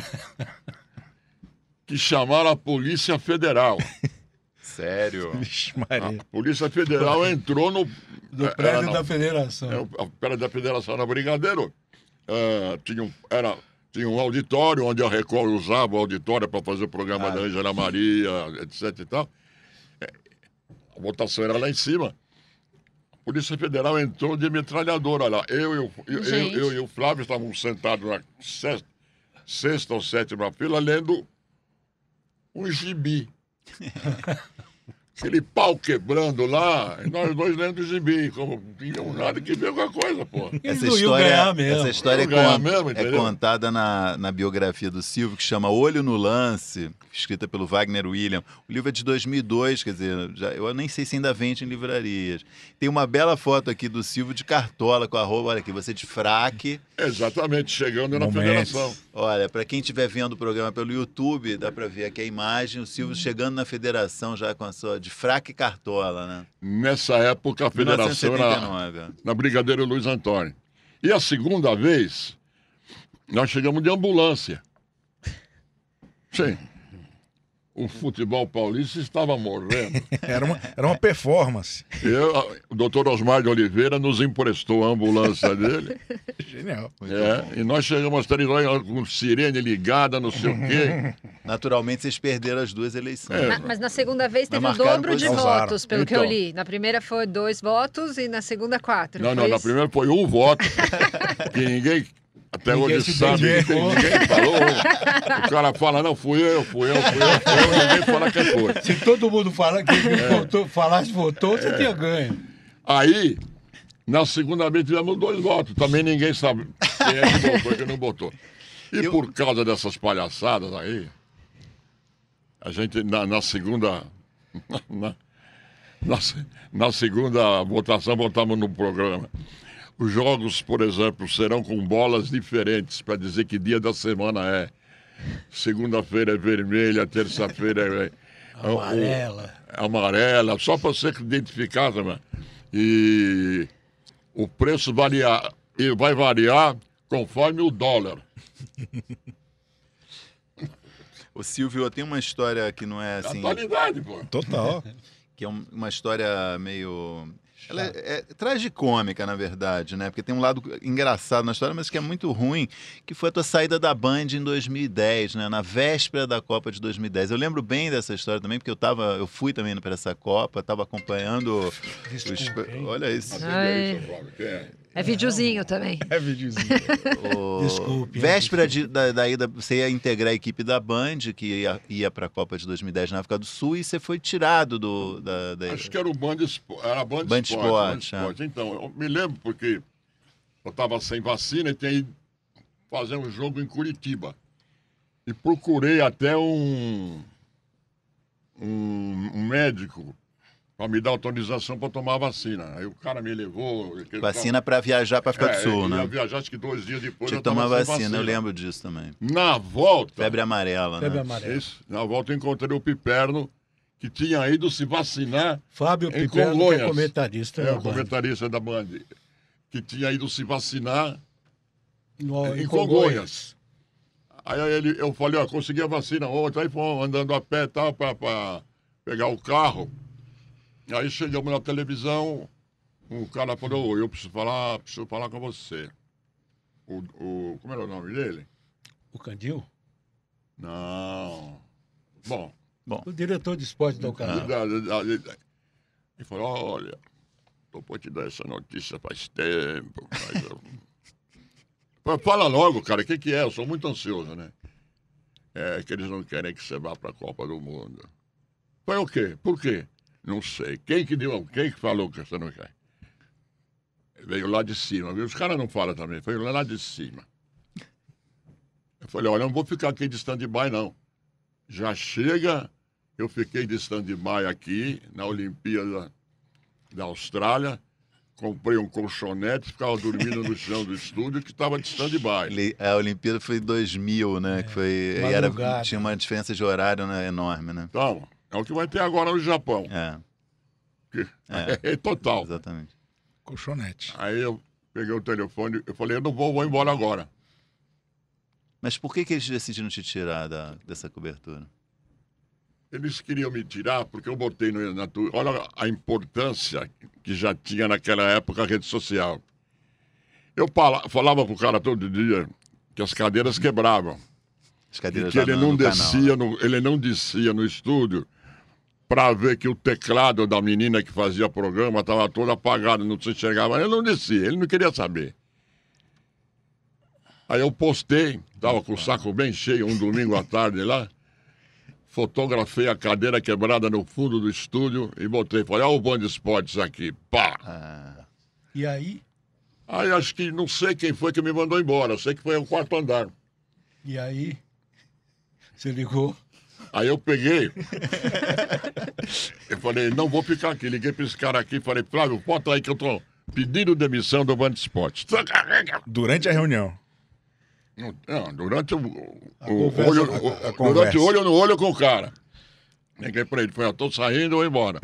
Speaker 6: que chamaram a Polícia Federal.
Speaker 2: Sério?
Speaker 3: Vixe, Maria.
Speaker 6: A Polícia Federal entrou no
Speaker 4: prédio da federação.
Speaker 6: A prédio da Federação na Brigadeiro. Tinha um auditório onde a Record usava o auditório para fazer o programa da Ângela Maria, etc e tal. A votação era lá em cima. A Polícia Federal entrou de metralhadora lá. Eu e o Flávio estávamos sentados na sexta ou sétima fila lendo um gibi. Aquele pau quebrando lá, e nós dois lendo o gibi, como não tinham nada que ver com a coisa, pô.
Speaker 4: Eles não iam ganhar mesmo.
Speaker 2: Essa história
Speaker 6: Iam ganhar mesmo,
Speaker 2: é
Speaker 6: entendeu?
Speaker 2: contada na biografia do Silvio, que chama Olho no Lance, escrita pelo Wagner William. O livro é de 2002, quer dizer, eu nem sei se ainda vende em livrarias. Tem uma bela foto aqui do Silvio de cartola com a roupa, olha aqui, você de fraque.
Speaker 6: Exatamente, chegando na
Speaker 3: Momentos.
Speaker 6: federação.
Speaker 2: Olha, para quem estiver vendo o programa pelo YouTube, dá para ver aqui a imagem, o Silvio chegando na federação já com a sua de fraque e cartola, né?
Speaker 6: Nessa época, a federação era
Speaker 2: 1979.
Speaker 6: na Brigadeiro Luiz Antônio. E a segunda vez, nós chegamos de ambulância. Sim. O futebol paulista estava morrendo.
Speaker 3: Era uma performance.
Speaker 6: O doutor Osmar de Oliveira nos emprestou a ambulância dele.
Speaker 3: Genial.
Speaker 6: E nós chegamos a estar lá com sirene ligada, não sei o quê.
Speaker 2: Naturalmente, vocês perderam as duas eleições.
Speaker 5: Mas na segunda vez teve o
Speaker 2: marcaram
Speaker 5: dobro de
Speaker 2: posição.
Speaker 5: votos, pelo que eu
Speaker 6: Então.
Speaker 5: li. Na primeira foi 2 votos e na segunda 4.
Speaker 6: Não,
Speaker 5: Foi
Speaker 6: na
Speaker 5: isso?
Speaker 6: primeira foi um voto, que ninguém até
Speaker 4: Ninguém
Speaker 6: hoje
Speaker 4: se
Speaker 6: sabe,
Speaker 4: identificou.
Speaker 6: ninguém falou. O cara fala, não, fui eu, ninguém fala quem foi.
Speaker 4: Se todo mundo fala que votou, você tinha ganho.
Speaker 6: Aí, na segunda vez tivemos 2 votos, também ninguém sabe quem é que votou e quem não votou. E por causa dessas palhaçadas aí, a gente na segunda... Na segunda votação, votamos no programa. Os jogos, por exemplo, serão com bolas diferentes para dizer que dia da semana é. Segunda-feira é vermelha, terça-feira é
Speaker 4: Amarela.
Speaker 6: amarela, só para você identificar também. E o preço vai variar conforme o dólar.
Speaker 2: O Silvio tem uma história que não é assim,
Speaker 6: Atualidade, pô.
Speaker 3: Total.
Speaker 2: que é uma história meio... Ela é tragicômica, na verdade, né? Porque tem um lado engraçado na história, mas que é muito ruim, que foi a tua saída da Band em 2010, né? Na véspera da Copa de 2010. Eu lembro bem dessa história também, porque eu fui também para essa Copa, estava acompanhando... Olha isso.
Speaker 5: Ai, é videozinho também.
Speaker 3: É videozinho.
Speaker 4: Desculpe.
Speaker 2: Véspera da ida, você ia integrar a equipe da Band, que ia para a Copa de 2010 na África do Sul, e você foi tirado da
Speaker 6: Acho que era o Band Esporte. Era Band
Speaker 2: Esporte.
Speaker 6: Esporte. Então, eu me lembro porque eu estava sem vacina e tinha ido fazer um jogo em Curitiba. e procurei até um médico para me dar autorização para tomar a vacina. Aí o cara me levou...
Speaker 2: Vacina para viajar para África do Sul,
Speaker 6: eu
Speaker 2: né?
Speaker 6: ia viajar, acho que 2 dias depois
Speaker 2: Tinha
Speaker 6: eu
Speaker 2: que tomar
Speaker 6: tava sem
Speaker 2: vacina, eu lembro disso também.
Speaker 6: Na volta...
Speaker 2: Febre amarela,
Speaker 4: Febre
Speaker 2: né?
Speaker 4: amarela.
Speaker 6: Isso, na volta eu encontrei o Piperno, que tinha ido se vacinar
Speaker 4: Fábio
Speaker 6: em
Speaker 4: Piperno, que
Speaker 6: Congonhas.
Speaker 4: é comentarista.
Speaker 6: É,
Speaker 4: da
Speaker 6: o
Speaker 4: Band.
Speaker 6: comentarista da Band. Que tinha ido se vacinar
Speaker 4: Em
Speaker 6: Congonhas. Aí eu falei, ó, consegui a vacina ontem, aí fomos andando a pé e tal, pra pegar o carro. Aí chegamos na televisão, o cara falou, eu preciso falar com você. Como era o nome dele?
Speaker 4: O Candil?
Speaker 6: Não. Bom.
Speaker 4: O diretor de esporte da Ucrânia.
Speaker 6: Ele falou, olha, tô por te dar essa notícia faz tempo, mas fala logo, cara, o que é? Eu sou muito ansioso, né? É que eles não querem que você vá pra Copa do Mundo. Foi o quê? Por quê? Não sei. Quem que falou que você não quer? Veio lá de cima, viu? Os caras não falam também, veio lá de cima. Eu falei, olha, eu não vou ficar aqui de stand-by, não. Já chega, eu fiquei de stand-by aqui, na Olimpíada da Austrália, comprei um colchonete, ficava dormindo no chão do estúdio, que estava de stand-by.
Speaker 2: A Olimpíada foi em 2000, né? Que foi, tinha uma diferença de horário, né, enorme, né?
Speaker 6: Então, é o que vai ter agora no Japão. É total.
Speaker 2: Exatamente.
Speaker 3: Colchonete.
Speaker 6: Aí eu peguei o telefone, eu falei, eu não vou embora agora.
Speaker 2: Mas por que eles decidiram te tirar dessa cobertura?
Speaker 6: Eles queriam me tirar porque eu botei na olha a importância que já tinha naquela época a rede social. Eu falava pro cara todo dia que as cadeiras quebravam.
Speaker 2: As cadeiras
Speaker 6: que ele não descia,
Speaker 2: canal, né?
Speaker 6: Ele não descia no estúdio para ver que o teclado da menina que fazia programa estava todo apagado, não se enxergava. Ele não descia, ele não queria saber. Aí eu postei, estava com o saco bem cheio, um domingo à tarde lá, fotografei a cadeira quebrada no fundo do estúdio e botei, falei, olha o Band Esportes aqui, pá!
Speaker 4: E aí?
Speaker 6: Aí acho que, não sei quem foi que me mandou embora, eu sei que foi o 4º andar.
Speaker 4: E aí? Você ligou?
Speaker 6: Aí eu peguei, eu falei, não vou ficar aqui, liguei para esse cara aqui, falei, Flávio, bota aí que eu tô pedindo demissão do Band Esportes.
Speaker 3: Durante a reunião?
Speaker 6: Não, durante o
Speaker 3: conversa.
Speaker 6: olho no olho com o cara. Liguei pra ele, falei, eu tô saindo, eu vou embora.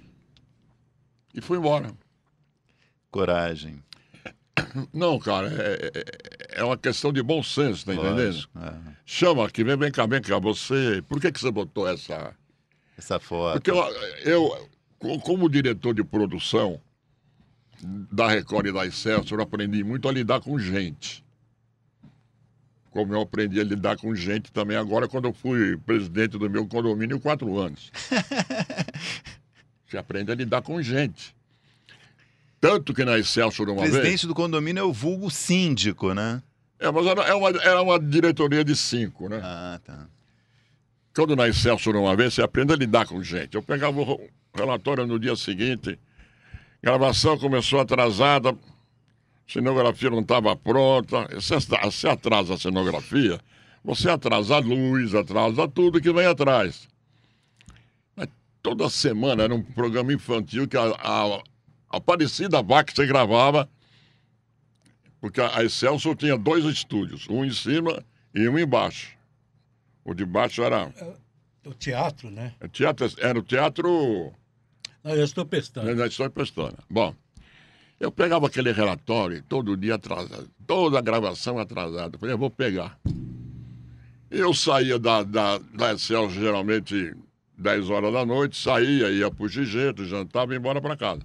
Speaker 6: E fui embora.
Speaker 2: Coragem.
Speaker 6: Não, cara, é uma questão de bom senso, tá entendendo? Chama aqui, vem cá, você... Por que você botou essa
Speaker 2: foto?
Speaker 6: Porque eu, como diretor de produção da Record e da Excelsior, eu aprendi muito a lidar com gente. Como eu aprendi a lidar com gente também agora, quando eu fui presidente do meu condomínio 4 anos. Você aprende a lidar com gente. Tanto que na Excelsior uma vez...
Speaker 2: Presidente do condomínio é o vulgo síndico, né?
Speaker 6: Mas era uma diretoria de 5, né?
Speaker 2: Ah, tá.
Speaker 6: Quando na Excelsior uma vez, você aprende a lidar com gente. Eu pegava o relatório no dia seguinte, gravação começou atrasada, cenografia não estava pronta. Você atrasa a cenografia, você atrasa a luz, atrasa tudo que vem atrás. Mas toda semana era um programa infantil que a Aparecida Vaca você gravava, porque a Excelsior tinha 2 estúdios, um em cima e um embaixo. O de baixo era...
Speaker 4: O teatro, né?
Speaker 6: Era o teatro...
Speaker 4: Não, eu estou pestando.
Speaker 6: Eu estou pestando. Bom, eu pegava aquele relatório todo dia atrasado, toda a gravação atrasada. Falei, eu vou pegar. Eu saía da Excelsior geralmente 10 horas da noite, saía, ia pro Gigeto, jantava e ia embora para casa.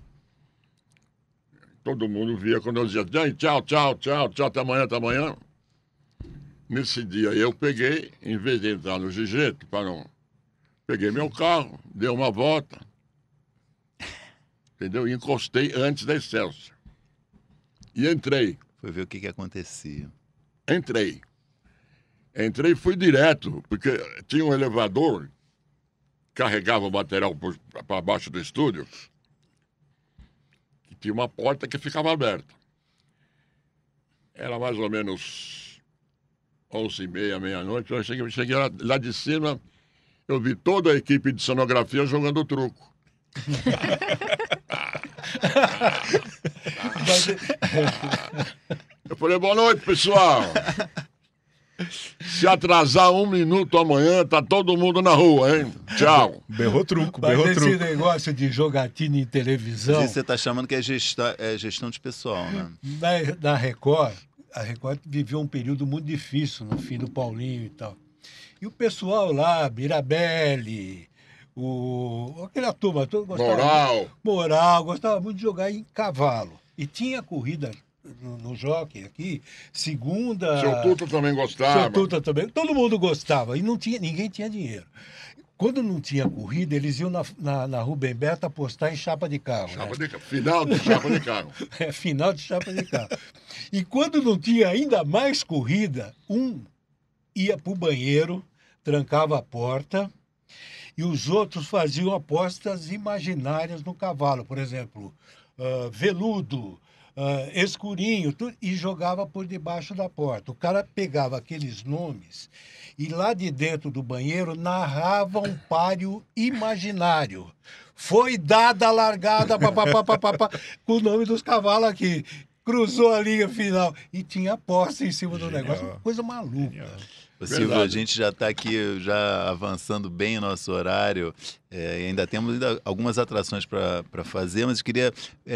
Speaker 6: Todo mundo via quando eu dizia, tchau, até amanhã. Nesse dia eu peguei, em vez de entrar no Gigeto, peguei meu carro, dei uma volta, entendeu? E encostei antes da Excelsior. E entrei.
Speaker 2: Foi ver o que acontecia.
Speaker 6: Entrei e fui direto, porque tinha um elevador, carregava o material para baixo do estúdio, que tinha uma porta que ficava aberta. Era mais ou menos 11h30, meia-noite. Eu cheguei lá de cima, eu vi toda a equipe de cenografia jogando truco. Eu falei, boa noite, pessoal. Se atrasar 1 minuto amanhã, tá todo mundo na rua, hein? Tchau.
Speaker 3: Berrou truco,
Speaker 4: Mas
Speaker 3: berrou
Speaker 4: esse
Speaker 3: truco.
Speaker 4: negócio de jogatina em televisão,
Speaker 2: Mas isso você está chamando que é gestão de pessoal, né?
Speaker 4: na Record, a Record viveu um período muito difícil no fim do Paulinho e tal. E o pessoal lá, Mirabelli, aquela turma toda Moral, gostava muito de jogar em cavalo. E tinha corrida no jockey aqui, segunda...
Speaker 6: Seu Tuta também gostava.
Speaker 4: Seu Tuta também. Todo mundo gostava. E ninguém tinha dinheiro. Quando não tinha corrida, eles iam na Rubem Berta apostar em chapa de carro.
Speaker 6: Final de chapa de carro.
Speaker 4: Final de chapa de carro. E quando não tinha ainda mais corrida, ia para o banheiro, trancava a porta, e os outros faziam apostas imaginárias no cavalo. Por exemplo, veludo, escurinho, tudo, e jogava por debaixo da porta. O cara pegava aqueles nomes e lá de dentro do banheiro narrava um páreo imaginário. Foi dada a largada, com o nome dos cavalos aqui. Cruzou a linha final e tinha aposta em cima do negócio. Uma coisa maluca.
Speaker 2: Silvio, a gente já está aqui já avançando bem o nosso horário, e ainda temos algumas atrações para fazer, mas eu queria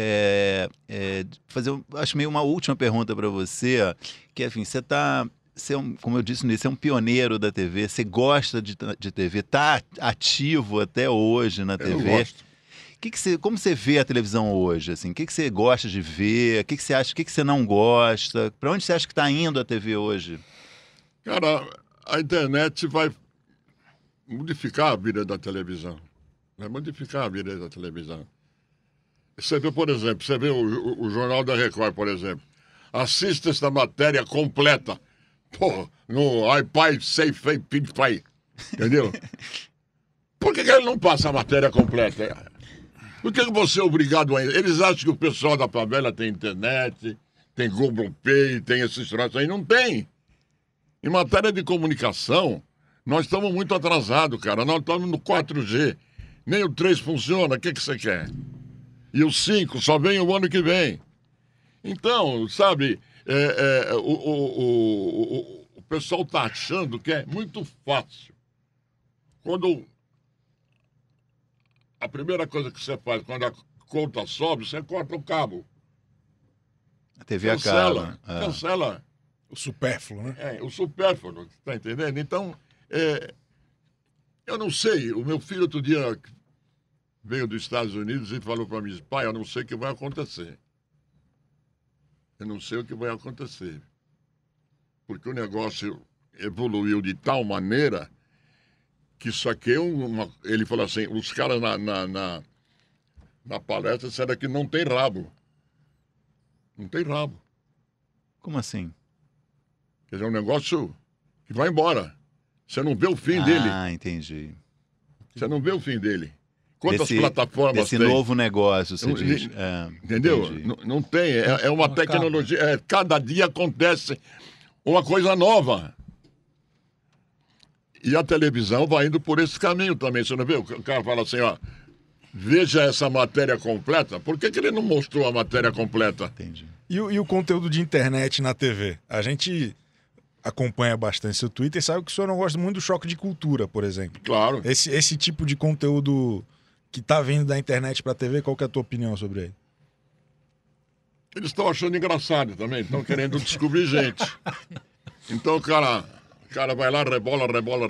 Speaker 2: fazer, acho meio uma última pergunta para você, que enfim, você como eu disse no início, você é um pioneiro da TV, você gosta de TV, está ativo até hoje na TV.
Speaker 6: Eu gosto.
Speaker 2: Como você vê a televisão hoje? Assim? O que você gosta de ver? O que você acha? O que você não gosta? Para onde você acha que está indo a TV hoje?
Speaker 6: Cara, a internet vai modificar a vida da televisão. Vai modificar a vida da televisão. Você vê, por exemplo, o Jornal da Record, por exemplo. Assista esta matéria completa. Pô, no iPad, Safe, Pay. Entendeu? Por que ele não passa a matéria completa? Por que você é obrigado a... Eles acham que o pessoal da favela tem internet, tem Globoplay, tem esses troços aí. Não tem. Em matéria de comunicação, nós estamos muito atrasados, cara. Nós estamos no 4G. Nem o 3 funciona. O que você quer? E o 5 só vem o ano que vem. Então, sabe, o pessoal está achando que é muito fácil. Quando a primeira coisa que você faz, quando a conta sobe, você corta o cabo.
Speaker 2: A TV acaba.
Speaker 6: Cancela.
Speaker 3: O supérfluo, né?
Speaker 6: O supérfluo, tá entendendo? Então, eu não sei. O meu filho outro dia veio dos Estados Unidos e falou para mim, pai, eu não sei o que vai acontecer. Eu não sei o que vai acontecer. Porque o negócio evoluiu de tal maneira que isso aqui é ele falou assim, os caras na palestra disseram que não tem rabo. Não tem rabo.
Speaker 2: Como assim?
Speaker 6: Quer dizer, é um negócio que vai embora. Você não vê o fim dele.
Speaker 2: Ah, entendi.
Speaker 6: Você não vê o fim dele. Quantas plataformas tem?
Speaker 2: Esse novo negócio, você diz.
Speaker 6: Entendeu? Não tem. É uma tecnologia. Cada dia acontece uma coisa nova. E a televisão vai indo por esse caminho também. Você não vê? O cara fala assim, ó. Veja essa matéria completa. Por que ele não mostrou a matéria completa?
Speaker 2: Entendi.
Speaker 3: E o conteúdo de internet na TV? A gente acompanha bastante seu Twitter e sabe que o senhor não gosta muito do choque de cultura, por exemplo.
Speaker 6: Claro.
Speaker 3: Esse tipo de conteúdo que tá vindo da internet pra TV, qual que é a tua opinião sobre ele?
Speaker 6: Eles estão achando engraçado também, estão querendo descobrir gente. Então o cara vai lá, rebola,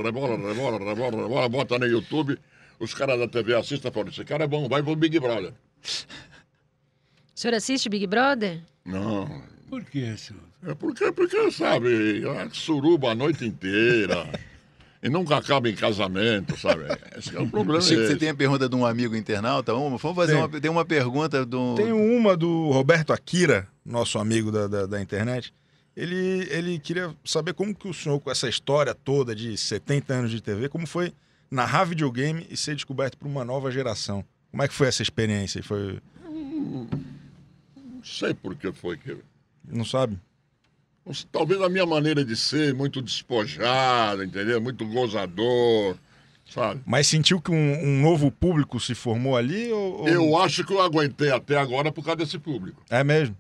Speaker 6: bota no YouTube, os caras da TV assistem e falam, esse cara é bom, vai pro Big Brother.
Speaker 5: O senhor assiste Big Brother?
Speaker 6: Não.
Speaker 4: Por que, senhor?
Speaker 6: Porque, sabe, suruba a noite inteira. E nunca acaba em casamento, sabe? Esse é o problema.
Speaker 2: Chico, você tem a pergunta de um amigo internauta? Vamos fazer tem uma pergunta do...
Speaker 3: Tem uma do Roberto Akira, nosso amigo da internet. Ele queria saber como que o senhor, com essa história toda de 70 anos de TV, como foi narrar videogame e ser descoberto por uma nova geração. Como é que foi essa experiência?
Speaker 6: Não sei por que foi que...
Speaker 3: Não sabe?
Speaker 6: Talvez a minha maneira de ser, muito despojada, entendeu? Muito gozador, sabe?
Speaker 3: Mas sentiu que um novo público se formou ali? Ou...
Speaker 6: Eu acho que eu aguentei até agora por causa desse público.
Speaker 3: É mesmo?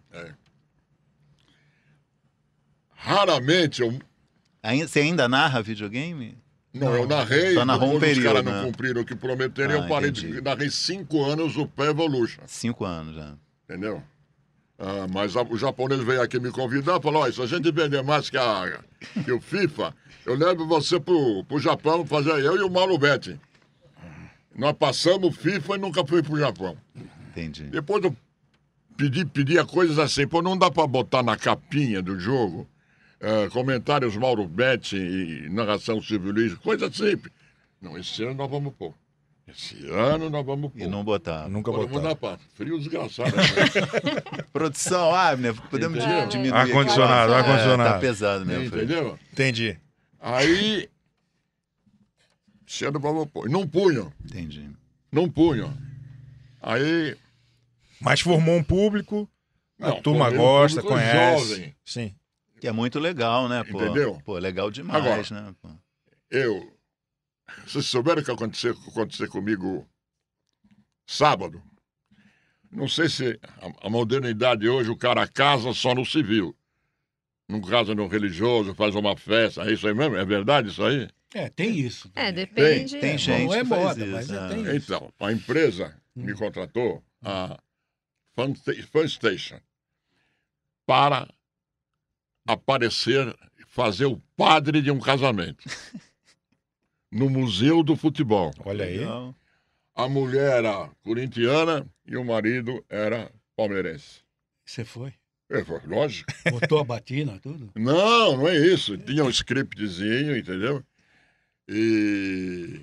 Speaker 6: Raramente eu...
Speaker 2: Você ainda narra videogame?
Speaker 6: Não, eu narrei,
Speaker 2: só narrou um
Speaker 6: depois os
Speaker 2: período,
Speaker 6: caras
Speaker 2: né?
Speaker 6: não cumpriram o que prometeram, eu parei
Speaker 2: entendi.
Speaker 6: narrei 5 anos o Pro Evolution,
Speaker 2: 5 anos já.
Speaker 6: entendeu? Mas o japonês veio aqui me convidar e falou, se a gente vender mais que o FIFA, eu levo você pro Japão fazer eu e o Mauro Betti. Nós passamos o FIFA e nunca fui pro Japão.
Speaker 2: Entendi.
Speaker 6: Depois eu pedia coisas assim, não dá pra botar na capinha do jogo comentários Mauro Betti e narração Silvio Luiz, coisa simples. Não, esse ano nós vamos pôr. Esse ano nós vamos pôr.
Speaker 2: E não botar.
Speaker 3: Nunca
Speaker 6: Vamos
Speaker 3: botaram.
Speaker 6: dar pra frio desgraçado. Né?
Speaker 2: Produção, Abner, podemos
Speaker 6: Entendeu?
Speaker 2: diminuir.
Speaker 3: Ar-condicionado,
Speaker 2: aqui.
Speaker 3: ar-condicionado.
Speaker 2: Tá pesado mesmo.
Speaker 6: Entendeu?
Speaker 3: Entendi.
Speaker 6: Aí, esse ano vamos pôr. Não punham.
Speaker 2: Entendi.
Speaker 6: Não punham. Aí...
Speaker 3: Mas formou um público, a
Speaker 6: Não,
Speaker 3: turma
Speaker 6: formei um
Speaker 3: gosta,
Speaker 6: público
Speaker 3: conhece.
Speaker 6: jovem.
Speaker 3: Sim.
Speaker 2: Que é muito legal, né? Pô,
Speaker 6: Entendeu?
Speaker 2: Pô, legal demais,
Speaker 6: Agora,
Speaker 2: né? Pô.
Speaker 6: Vocês souberam o que aconteceu comigo sábado? Não sei se a modernidade hoje, o cara casa só no civil. Não casa no religioso, faz uma festa. É isso aí mesmo? É verdade isso aí?
Speaker 4: Tem isso.
Speaker 5: Depende.
Speaker 2: Tem gente
Speaker 4: Não é
Speaker 2: que faz
Speaker 4: moda,
Speaker 2: isso,
Speaker 4: mas tem isso.
Speaker 6: Então, a empresa me contratou, a Fun Station, para aparecer, fazer o padre de um casamento. No Museu do Futebol.
Speaker 3: Olha aí.
Speaker 2: Legal.
Speaker 6: A mulher era corintiana e o marido era palmeirense.
Speaker 4: Você foi?
Speaker 6: Lógico.
Speaker 4: Botou a batina, tudo?
Speaker 6: Não é isso. Tinha um scriptzinho, entendeu? E...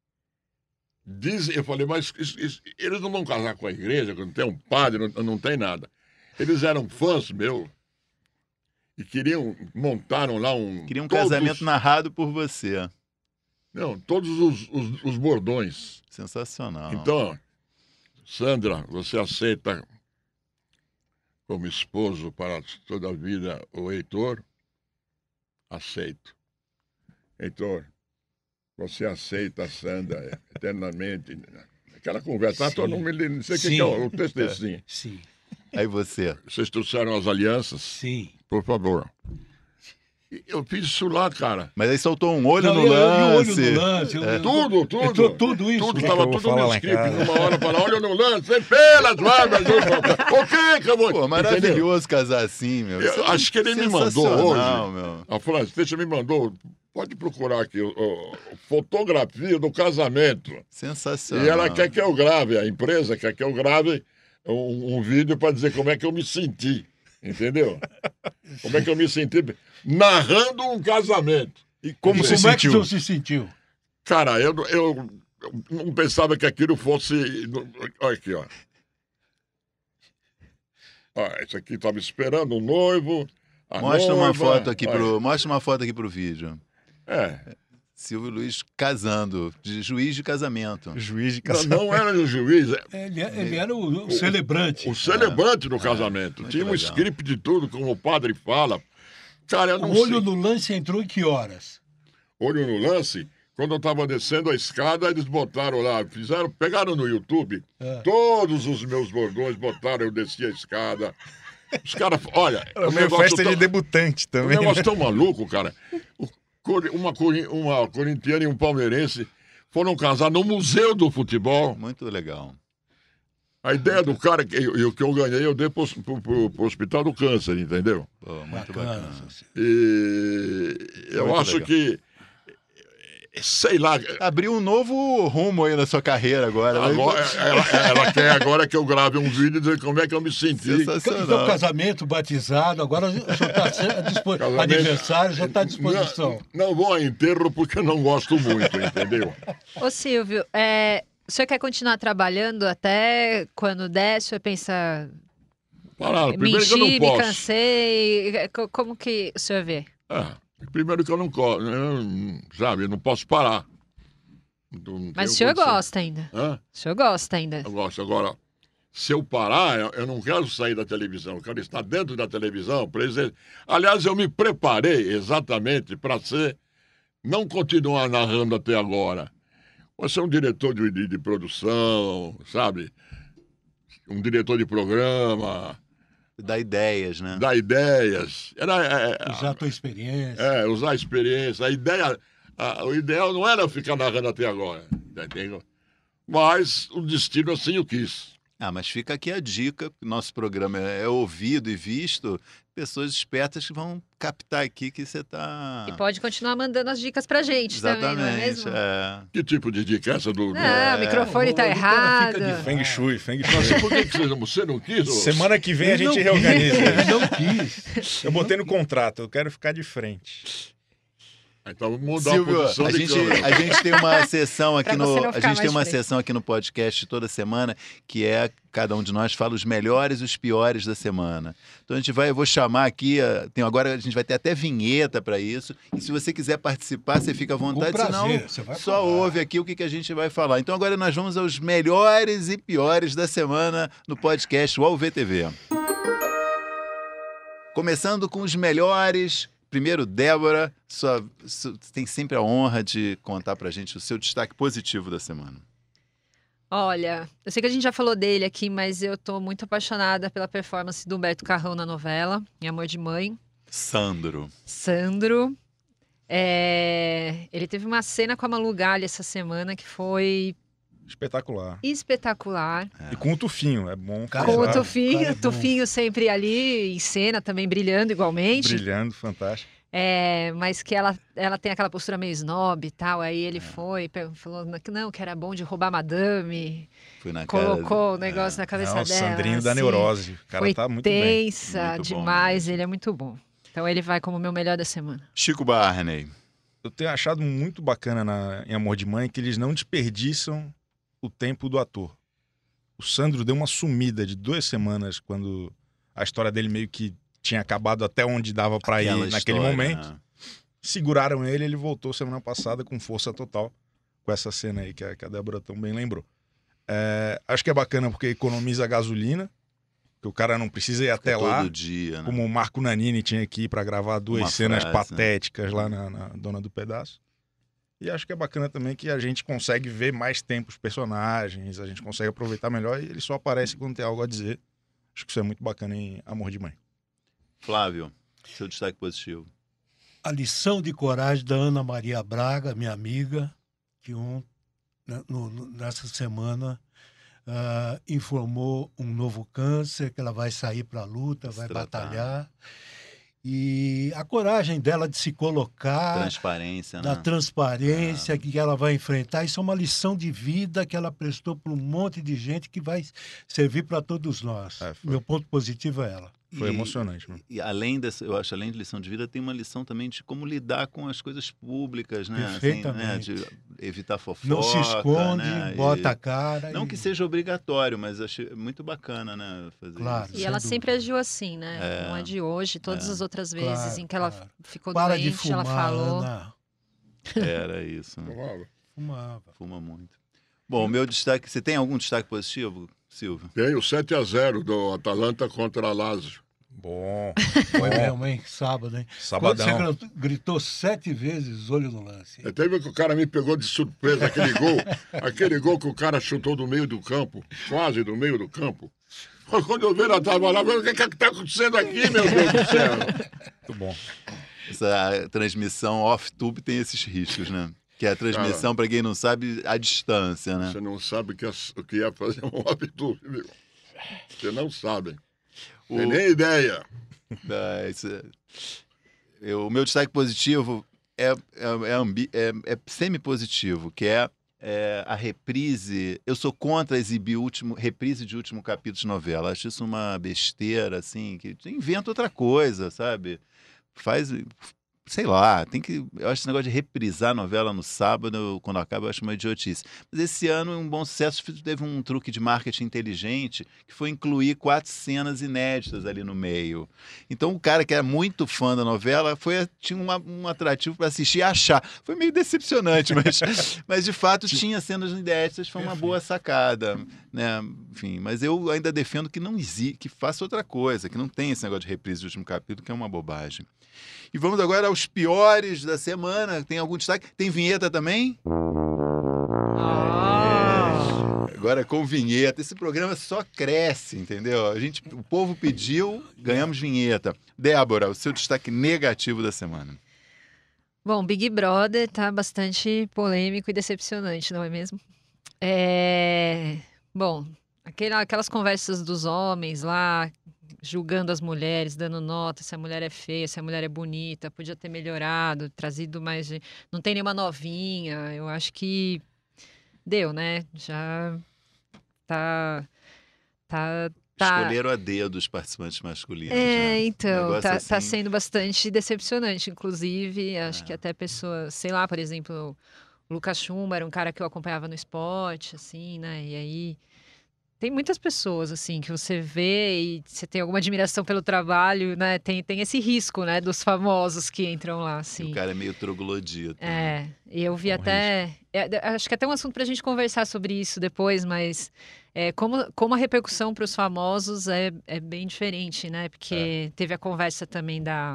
Speaker 6: eu falei, mas eles não vão casar com a igreja, quando tem um padre, não tem nada. Eles eram fãs meu e montaram lá
Speaker 2: Queria um casamento narrado por você.
Speaker 6: Não, todos os bordões.
Speaker 2: Sensacional.
Speaker 6: Então, Sandra, você aceita como esposo para toda a vida o Heitor? Aceito. Heitor, você aceita a Sandra eternamente? Aquela conversa,
Speaker 4: Sim.
Speaker 6: todo mundo não sei o que
Speaker 4: Sim.
Speaker 6: é o texto é assim.
Speaker 4: Sim,
Speaker 2: Aí você.
Speaker 6: Vocês trouxeram as alianças?
Speaker 4: sim.
Speaker 6: Por favor. E eu fiz isso lá, cara.
Speaker 2: Mas aí soltou um olho
Speaker 4: Não,
Speaker 2: no
Speaker 4: e o
Speaker 2: lance.
Speaker 4: olho no lance.
Speaker 6: Tudo.
Speaker 4: Entrou tudo isso.
Speaker 6: Tudo,
Speaker 3: que
Speaker 6: tava
Speaker 3: eu vou
Speaker 6: tudo
Speaker 3: falar
Speaker 6: no
Speaker 3: lá em
Speaker 6: script.
Speaker 3: casa?
Speaker 6: Numa hora fala, olha no lance, pelas barbas. O que eu vou...
Speaker 2: Pô, maravilhoso casar assim, meu. Isso
Speaker 6: Eu
Speaker 2: é
Speaker 6: acho que ele me mandou
Speaker 2: sensacional,
Speaker 6: hoje.
Speaker 2: meu.
Speaker 6: A Francisca me mandou, pode procurar aqui, fotografia do casamento.
Speaker 2: Sensacional.
Speaker 6: E ela quer que eu grave, a empresa quer que eu grave um vídeo para dizer como é que eu me senti. Entendeu? Como é que eu me senti narrando um casamento.
Speaker 3: E como
Speaker 4: E
Speaker 3: se
Speaker 4: como é que
Speaker 3: sentiu?
Speaker 4: você se sentiu?
Speaker 6: Cara, eu não pensava que aquilo fosse... Olha aqui, ó. Esse aqui estava esperando o noivo.
Speaker 2: Mostra uma foto aqui
Speaker 6: olha.
Speaker 2: mostra uma foto aqui pro vídeo.
Speaker 6: É.
Speaker 2: Silvio Luiz casando, de juiz de casamento.
Speaker 3: Juiz de casamento.
Speaker 6: Não era o juiz,
Speaker 4: Ele era o celebrante.
Speaker 6: o celebrante do casamento.
Speaker 2: muito
Speaker 6: Tinha um
Speaker 2: legal.
Speaker 6: script de tudo, como o padre fala. Cara, eu não
Speaker 4: O olho
Speaker 6: sei.
Speaker 4: no lance entrou em que horas?
Speaker 6: Olho no lance. Quando eu estava descendo a escada, eles botaram lá, pegaram no YouTube, todos os meus bordões, botaram, eu desci a escada. Os caras, olha,
Speaker 3: Era meio festa de debutante
Speaker 6: um
Speaker 3: também.
Speaker 6: negócio
Speaker 3: né?
Speaker 6: tão maluco, cara. Uma corintiana e um palmeirense foram casar no Museu do Futebol.
Speaker 2: Muito legal.
Speaker 6: A ideia do cara, e o que eu ganhei, eu dei pro Hospital do Câncer, entendeu?
Speaker 2: Pô, muito
Speaker 4: Bacana.
Speaker 2: bacana.
Speaker 6: E eu
Speaker 2: Muito
Speaker 6: acho
Speaker 2: legal.
Speaker 6: que, sei lá,
Speaker 2: Abriu um novo rumo aí na sua carreira agora. né?
Speaker 6: agora, ela quer agora que eu grave um vídeo e dizer como é que eu me senti.
Speaker 2: Sensacional.
Speaker 4: Então, casamento, batizado, agora o senhor está à disposição.
Speaker 6: Casamento-
Speaker 4: Aniversário já está à disposição.
Speaker 6: Não vou a enterro porque eu não gosto muito, entendeu?
Speaker 5: Ô Silvio, o senhor quer continuar trabalhando até quando der? O senhor pensa,
Speaker 6: Parar,
Speaker 5: me
Speaker 6: primeiro que eu não
Speaker 5: enchi, me
Speaker 6: posso.
Speaker 5: cansei? Como que o senhor vê?
Speaker 6: Primeiro que eu não sabe, eu não posso parar. Não
Speaker 5: Mas
Speaker 6: tenho
Speaker 5: o senhor
Speaker 6: condição.
Speaker 5: gosta ainda.
Speaker 6: Hã?
Speaker 5: O senhor gosta ainda.
Speaker 6: Eu gosto. Agora, se eu parar, eu não quero sair da televisão, eu quero estar dentro da televisão. Aliás, eu me preparei exatamente para não continuar narrando até agora. Você é um diretor de produção, sabe? Um diretor de programa.
Speaker 2: Dá ideias, né?
Speaker 6: Dá ideias.
Speaker 4: Usar a tua experiência.
Speaker 6: Usar a experiência. O ideal não era ficar narrando até agora, entendeu? Mas o destino assim o quis.
Speaker 2: Mas fica aqui a dica, nosso programa é ouvido e visto, pessoas espertas que vão captar aqui que você está...
Speaker 5: E pode continuar mandando as dicas pra gente também, não é mesmo?
Speaker 6: Que tipo de dica é essa do...
Speaker 5: Não, o microfone tá errado.
Speaker 3: Feng Shui.
Speaker 6: Nossa, por que você não quis?
Speaker 3: Semana que vem a gente reorganiza.
Speaker 4: Ele não quis.
Speaker 3: Eu botei no contrato, eu quero ficar de frente.
Speaker 6: Então vamos mudar
Speaker 2: Silvio,
Speaker 6: a posição
Speaker 2: a gente tem uma sessão aqui sessão aqui no podcast toda semana que é cada um de nós fala os melhores e os piores da semana. Então eu vou chamar aqui, agora a gente vai ter até vinheta para isso. E se você quiser participar, você fica à vontade, senão só ouve aqui o que a gente vai falar. Então agora nós vamos aos melhores e piores da semana no podcast UOL VTV. Começando com os melhores. Primeiro, Débora, você tem sempre a honra de contar pra gente o seu destaque positivo da semana.
Speaker 5: Olha, eu sei que a gente já falou dele aqui, mas eu tô muito apaixonada pela performance do Humberto Carrão na novela, Em Amor de Mãe.
Speaker 2: Sandro.
Speaker 5: Ele teve uma cena com a Malu Galli essa semana que foi... Espetacular.
Speaker 3: E com o Tufinho, é bom.
Speaker 5: Com o Tufinho sempre ali em cena, também brilhando igualmente.
Speaker 3: Brilhando, fantástico.
Speaker 5: Mas que ela tem aquela postura meio snob e tal, aí ele falou que era bom de roubar madame, colocou o negócio na cabeça dela.
Speaker 3: O Sandrinho da neurose, o cara tá muito bem.
Speaker 5: Tensa demais, ele é muito bom. Então ele vai como o meu melhor da semana.
Speaker 2: Chico Barney.
Speaker 3: Eu tenho achado muito bacana em Amor de Mãe que eles não desperdiçam o tempo do ator. O Sandro deu uma sumida de 2 semanas quando a história dele meio que tinha acabado até onde dava para ir naquele momento. Né? Seguraram ele voltou semana passada com força total com essa cena aí que a Débora tão bem lembrou. Acho que é bacana porque economiza gasolina, que o cara não precisa ir até lá.
Speaker 2: Todo dia, né?
Speaker 3: Como o Marco Nanini tinha que ir para gravar 2 cenas patéticas lá na Dona do Pedaço. E acho que é bacana também que a gente consegue ver mais tempo os personagens, a gente consegue aproveitar melhor e ele só aparece quando tem algo a dizer. Acho que isso é muito bacana em Amor de Mãe.
Speaker 2: Flávio, seu destaque positivo.
Speaker 4: A lição de coragem da Ana Maria Braga, minha amiga, que nessa semana informou um novo câncer, que ela vai sair para a luta, vai batalhar. E a coragem dela de se colocar...
Speaker 2: Transparência,
Speaker 4: da transparência que ela vai enfrentar. Isso é uma lição de vida que ela prestou para um monte de gente que vai servir para todos nós. Meu ponto positivo é ela.
Speaker 3: Foi emocionante. Mano.
Speaker 2: E além eu acho, além de lição de vida, tem uma lição também de como lidar com as coisas públicas, né?
Speaker 4: Perfeitamente.
Speaker 2: Assim, né? De evitar fofoca.
Speaker 4: Não se esconde,
Speaker 2: né?
Speaker 4: bota a cara.
Speaker 2: Não que seja obrigatório, mas acho muito bacana, né? Fazer isso.
Speaker 5: E ela sempre agiu assim, né? Não é de hoje. Todas as outras vezes em que ela ficou doente,
Speaker 4: de fumar,
Speaker 5: ela falou.
Speaker 4: Ana.
Speaker 2: Era isso. Fuma muito. Bom, o meu destaque... Você tem algum destaque positivo, Silvio?
Speaker 6: Tem o 7-0 do Atalanta contra a Lazio.
Speaker 3: Bom.
Speaker 4: Foi mesmo, hein? Sábado, hein?
Speaker 3: Sabadão.
Speaker 4: Quando você gritou 7 vezes, olho no lance.
Speaker 6: Teve que o cara me pegou de surpresa, aquele gol. Aquele gol que o cara chutou do meio do campo, quase do meio do campo. Quando eu vi, ela tava lá, o que está acontecendo aqui, meu Deus do céu?
Speaker 3: Muito bom.
Speaker 2: Essa transmissão off-tube tem esses riscos, né? Que é a transmissão, para quem não sabe, à distância, né?
Speaker 6: Você não sabe o que é fazer um off-tube, viu? Você não sabe. Tem nem ideia.
Speaker 2: O meu destaque positivo é semi-positivo, que é a reprise. Eu sou contra exibir reprise de último capítulo de novela. Acho isso uma besteira, assim, que inventa outra coisa, sabe? sei lá, eu acho esse negócio de reprisar a novela no sábado, quando acaba, eu acho uma idiotice. Mas esse ano, um bom sucesso, teve um truque de marketing inteligente, que foi incluir 4 cenas inéditas ali no meio. Então, o cara que era muito fã da novela, tinha um atrativo para assistir e achar. Foi meio decepcionante, mas de fato tinha cenas inéditas, foi uma boa sacada, né? Enfim, mas eu ainda defendo que não existe, que faça outra coisa, que não tem esse negócio de reprise do último capítulo, que é uma bobagem. E vamos agora aos piores da semana. Tem algum destaque? Tem vinheta também? Agora com vinheta. Esse programa só cresce, entendeu? O povo pediu, ganhamos vinheta. Débora, o seu destaque negativo da semana.
Speaker 5: Bom, Big Brother tá bastante polêmico e decepcionante, não é mesmo? Bom, aquelas conversas dos homens lá, julgando as mulheres, dando nota, se a mulher é feia, se a mulher é bonita, podia ter melhorado, trazido mais gente. Não tem nenhuma novinha, eu acho que deu, né? Já tá...
Speaker 2: Escolheram a dedo dos participantes masculinos. Né?
Speaker 5: Então, tá
Speaker 2: assim...
Speaker 5: sendo bastante decepcionante, inclusive, acho que até pessoas, sei lá, por exemplo, o Lucas Chumba era um cara que eu acompanhava no esporte, assim, né? E aí... Tem muitas pessoas, assim, que você vê e você tem alguma admiração pelo trabalho, né? Tem esse risco, né? Dos famosos que entram lá, assim.
Speaker 2: E o cara é meio troglodita.
Speaker 5: E eu vi até... acho que até um assunto pra gente conversar sobre isso depois, mas como a repercussão para os famosos é bem diferente, né? Porque teve a conversa também da...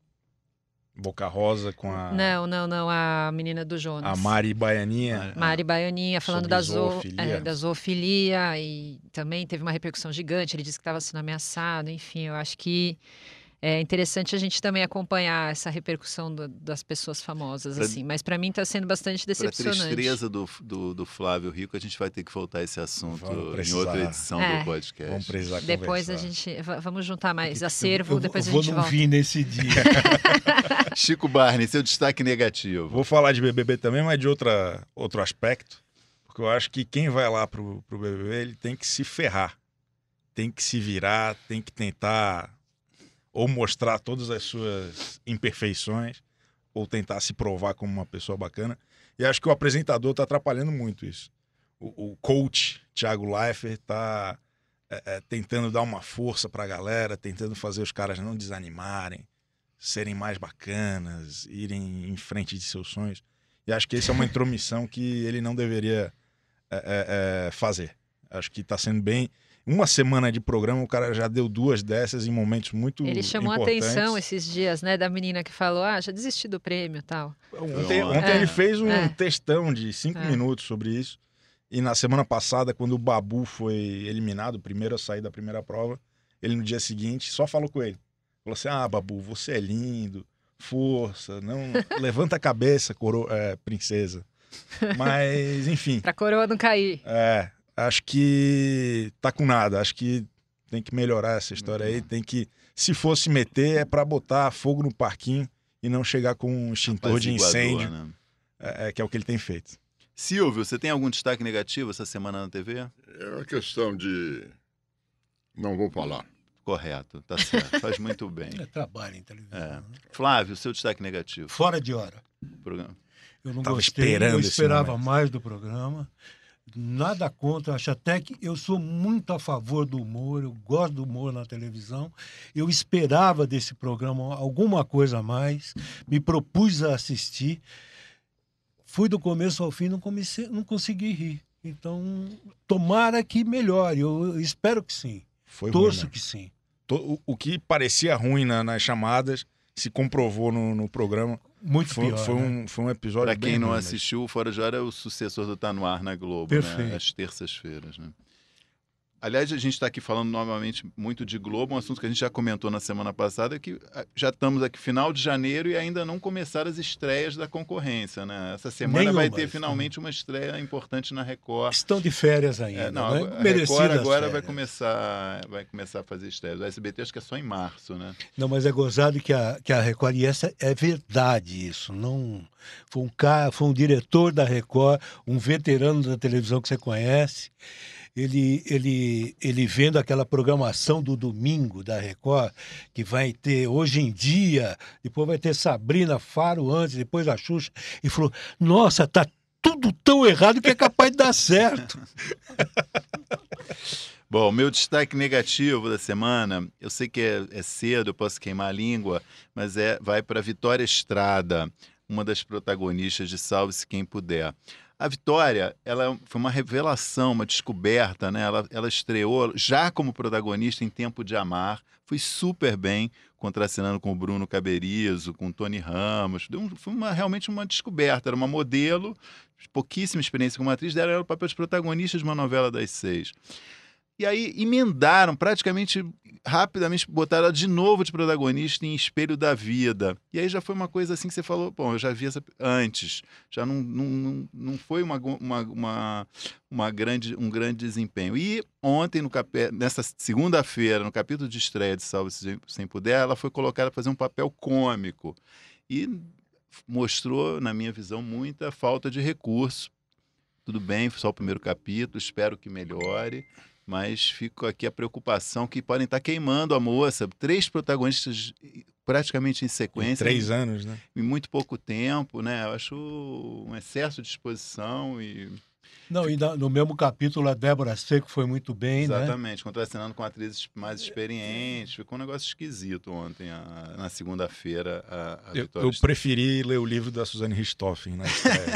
Speaker 3: Boca Rosa com a...
Speaker 5: Não, a menina do Jonas.
Speaker 3: A Mari Baianinha.
Speaker 5: Mari Baianinha, falando
Speaker 3: da
Speaker 5: zoofilia, e também teve uma repercussão gigante, ele disse que estava sendo ameaçado, enfim, eu acho que é interessante a gente também acompanhar essa repercussão das pessoas famosas, assim, mas para mim está sendo bastante decepcionante.
Speaker 2: Para a tristeza do Flávio Rico, a gente vai ter que voltar a esse assunto em outra edição do podcast.
Speaker 3: Vamos precisar
Speaker 5: depois
Speaker 3: conversar.
Speaker 5: Vamos juntar mais acervo, depois a gente volta.
Speaker 4: Eu vou não vir nesse dia.
Speaker 2: Chico Barney, seu destaque negativo.
Speaker 3: Vou falar de BBB também, mas de outro aspecto, porque eu acho que quem vai lá pro BBB, ele tem que se ferrar, tem que se virar, tem que tentar ou mostrar todas as suas imperfeições, ou tentar se provar como uma pessoa bacana. E acho que o apresentador está atrapalhando muito isso. O coach, Thiago Leifert, está tentando dar uma força para a galera, tentando fazer os caras não desanimarem, serem mais bacanas, irem em frente de seus sonhos. E acho que essa é uma intromissão que ele não deveria fazer. Acho que está sendo bem... Uma semana de programa, o cara já deu 2 dessas em momentos muito importantes.
Speaker 5: Ele chamou a atenção esses dias, né, da menina que falou, já desisti do prêmio e tal.
Speaker 3: Ontem ele fez um textão de 5 minutos sobre isso. E na semana passada, quando o Babu foi eliminado, o primeiro a sair da primeira prova, ele no dia seguinte só falou com ele. Falou assim, Babu, você é lindo, força, não levanta a cabeça, princesa. Mas, enfim.
Speaker 5: Pra coroa não cair.
Speaker 3: Acho que tá com nada. Acho que tem que melhorar essa história aí. Tem que, se fosse meter, pra botar fogo no parquinho e não chegar com um extintor de incêndio, né? Que é o que ele tem feito.
Speaker 2: Silvio, você tem algum destaque negativo essa semana na TV?
Speaker 6: É uma questão de... Não vou falar.
Speaker 2: Correto, tá certo. Faz muito bem.
Speaker 4: Trabalho em televisão. Né?
Speaker 2: Flávio, seu destaque negativo.
Speaker 4: Fora de hora.
Speaker 2: Programa.
Speaker 4: Eu não gostei, eu esperava mais do programa. Nada contra, acho até que eu sou muito a favor do humor, eu gosto do humor na televisão. Eu esperava desse programa alguma coisa a mais, me propus a assistir. Fui do começo ao fim, não consegui rir. Então, tomara que melhore, eu espero que sim. Torço que sim.
Speaker 3: O que parecia ruim nas chamadas se comprovou no programa.
Speaker 4: Muito pior,
Speaker 3: foi um episódio
Speaker 2: pra quem
Speaker 3: bem
Speaker 2: não
Speaker 3: ruim,
Speaker 2: assistiu, o Fora de Hora é o sucessor do Tá No Ar na Globo,
Speaker 4: perfeito,
Speaker 2: né? Às terças-feiras, né? Aliás, a gente está aqui falando novamente muito de Globo, um assunto que a gente já comentou na semana passada, que já estamos aqui final de janeiro e ainda não começaram as estreias da concorrência, né? Essa semana vai ter finalmente uma estreia importante na Record.
Speaker 4: Estão de férias ainda,
Speaker 2: não,
Speaker 4: né?
Speaker 2: A Record agora vai começar a fazer estreias. O SBT acho que é só em março, né?
Speaker 4: Não, mas é gozado que a Record, e essa é verdade isso, não... Foi um diretor da Record, um veterano da televisão que você conhece. ele vendo aquela programação do domingo da Record, que vai ter Hoje em Dia, depois vai ter Sabrina Faro antes, depois a Xuxa, e falou, nossa, tá tudo tão errado que é capaz de dar certo.
Speaker 2: Bom, meu destaque negativo da semana, eu sei que é cedo, eu posso queimar a língua, mas vai para Vitória Estrada, uma das protagonistas de Salve-se Quem Puder. A Vitória, ela foi uma revelação, uma descoberta, né? Ela estreou já como protagonista em Tempo de Amar, foi super bem, contracenando com o Bruno Caberizo, com o Tony Ramos. Foi realmente uma descoberta, era uma modelo, pouquíssima experiência como atriz, deram o papel de protagonista de uma novela das 6. E aí emendaram, praticamente, rapidamente, botaram ela de novo de protagonista em Espelho da Vida. E aí já foi uma coisa assim que você falou, bom, eu já vi essa antes. Já não foi um grande desempenho. E ontem, nessa segunda-feira, no capítulo de estreia de Salve-se Quem Puder, ela foi colocada para fazer um papel cômico. E mostrou, na minha visão, muita falta de recurso. Tudo bem, foi só o primeiro capítulo, espero que melhore. Mas fico aqui a preocupação que podem estar queimando a moça. 3 protagonistas praticamente em sequência.
Speaker 3: Em 3 anos, né?
Speaker 2: Em muito pouco tempo, né? Eu acho um excesso de exposição e...
Speaker 4: Não, e no mesmo capítulo a Débora Seco foi muito bem,
Speaker 2: exatamente, contracenando com atrizes mais experientes. Ficou um negócio esquisito ontem, na segunda-feira.
Speaker 3: Eu preferi ler o livro da Suzane Richthofen, né?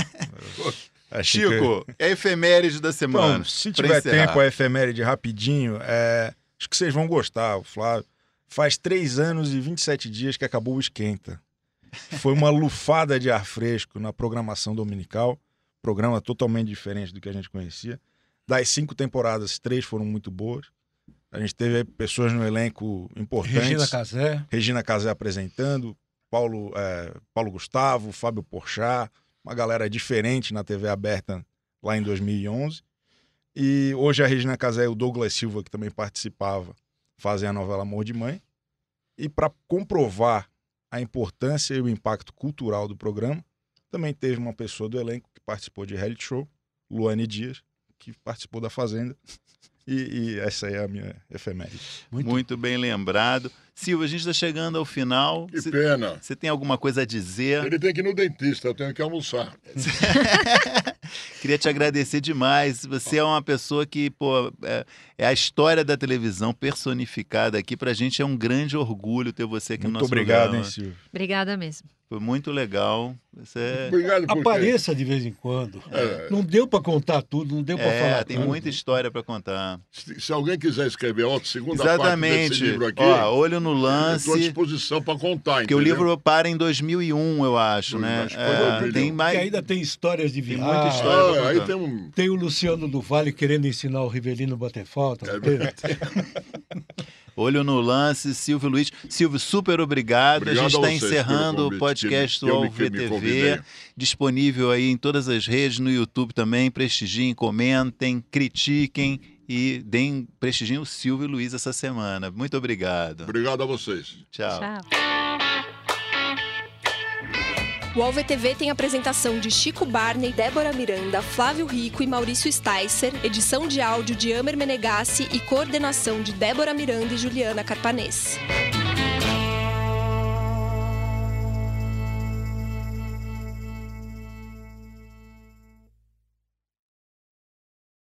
Speaker 2: Chico, é a efeméride da semana.
Speaker 3: Bom, se tiver tempo, a efeméride rapidinho, acho que vocês vão gostar, o Flávio. Faz 3 anos e 27 dias que acabou o Esquenta. Foi uma lufada de ar fresco na programação dominical, programa totalmente diferente do que a gente conhecia. Das 5 temporadas, 3 foram muito boas. A gente teve pessoas no elenco importantes. Regina Casé apresentando, Paulo Gustavo, Fábio Porchat, uma galera diferente na TV aberta lá em 2011. E hoje a Regina Casé e o Douglas Silva, que também participava, fazem a novela Amor de Mãe. E para comprovar a importância e o impacto cultural do programa, também teve uma pessoa do elenco que participou de reality show, Luane Dias, que participou da Fazenda. E essa aí é a minha efeméride.
Speaker 2: Muito bem lembrado. Silvio, a gente está chegando ao final.
Speaker 6: Que pena.
Speaker 2: Você tem alguma coisa a dizer?
Speaker 6: Ele tem que ir no dentista, eu tenho que almoçar.
Speaker 2: Queria te agradecer demais. Você é uma pessoa que, é a história da televisão personificada aqui. Pra gente é um grande orgulho ter você aqui no nosso programa.
Speaker 3: Muito obrigado, hein, Silvio?
Speaker 5: Obrigada mesmo.
Speaker 2: Foi muito legal.
Speaker 6: Obrigado por
Speaker 4: Apareça de vez em quando. Não deu para contar tudo, não deu para falar
Speaker 2: tem
Speaker 4: tudo.
Speaker 2: muita história para contar.
Speaker 6: Se alguém quiser escrever outra segunda
Speaker 2: exatamente.
Speaker 6: Parte desse livro aqui,
Speaker 2: Olho no Lance.
Speaker 6: Estou à disposição para contar,
Speaker 2: porque o livro para em 2001, eu acho, né?
Speaker 4: Tem mais... ainda tem histórias de viagem.
Speaker 2: Tem muita história
Speaker 6: aí
Speaker 4: tem o Luciano do Vale querendo ensinar o Rivelino a bater falta.
Speaker 2: Olho no Lance, Silvio Luiz. Silvio, super obrigado. A gente está encerrando o podcast do AlvTV, disponível aí em todas as redes, no YouTube também. Prestigiem, comentem, critiquem e prestigiem o Silvio Luiz essa semana. Muito obrigado.
Speaker 6: Obrigado a vocês.
Speaker 2: Tchau.
Speaker 1: O AlvTV tem apresentação de Chico Barney, Débora Miranda, Flávio Rico e Maurício Sticer, edição de áudio de Amer Menegassi e coordenação de Débora Miranda e Juliana Carpanês.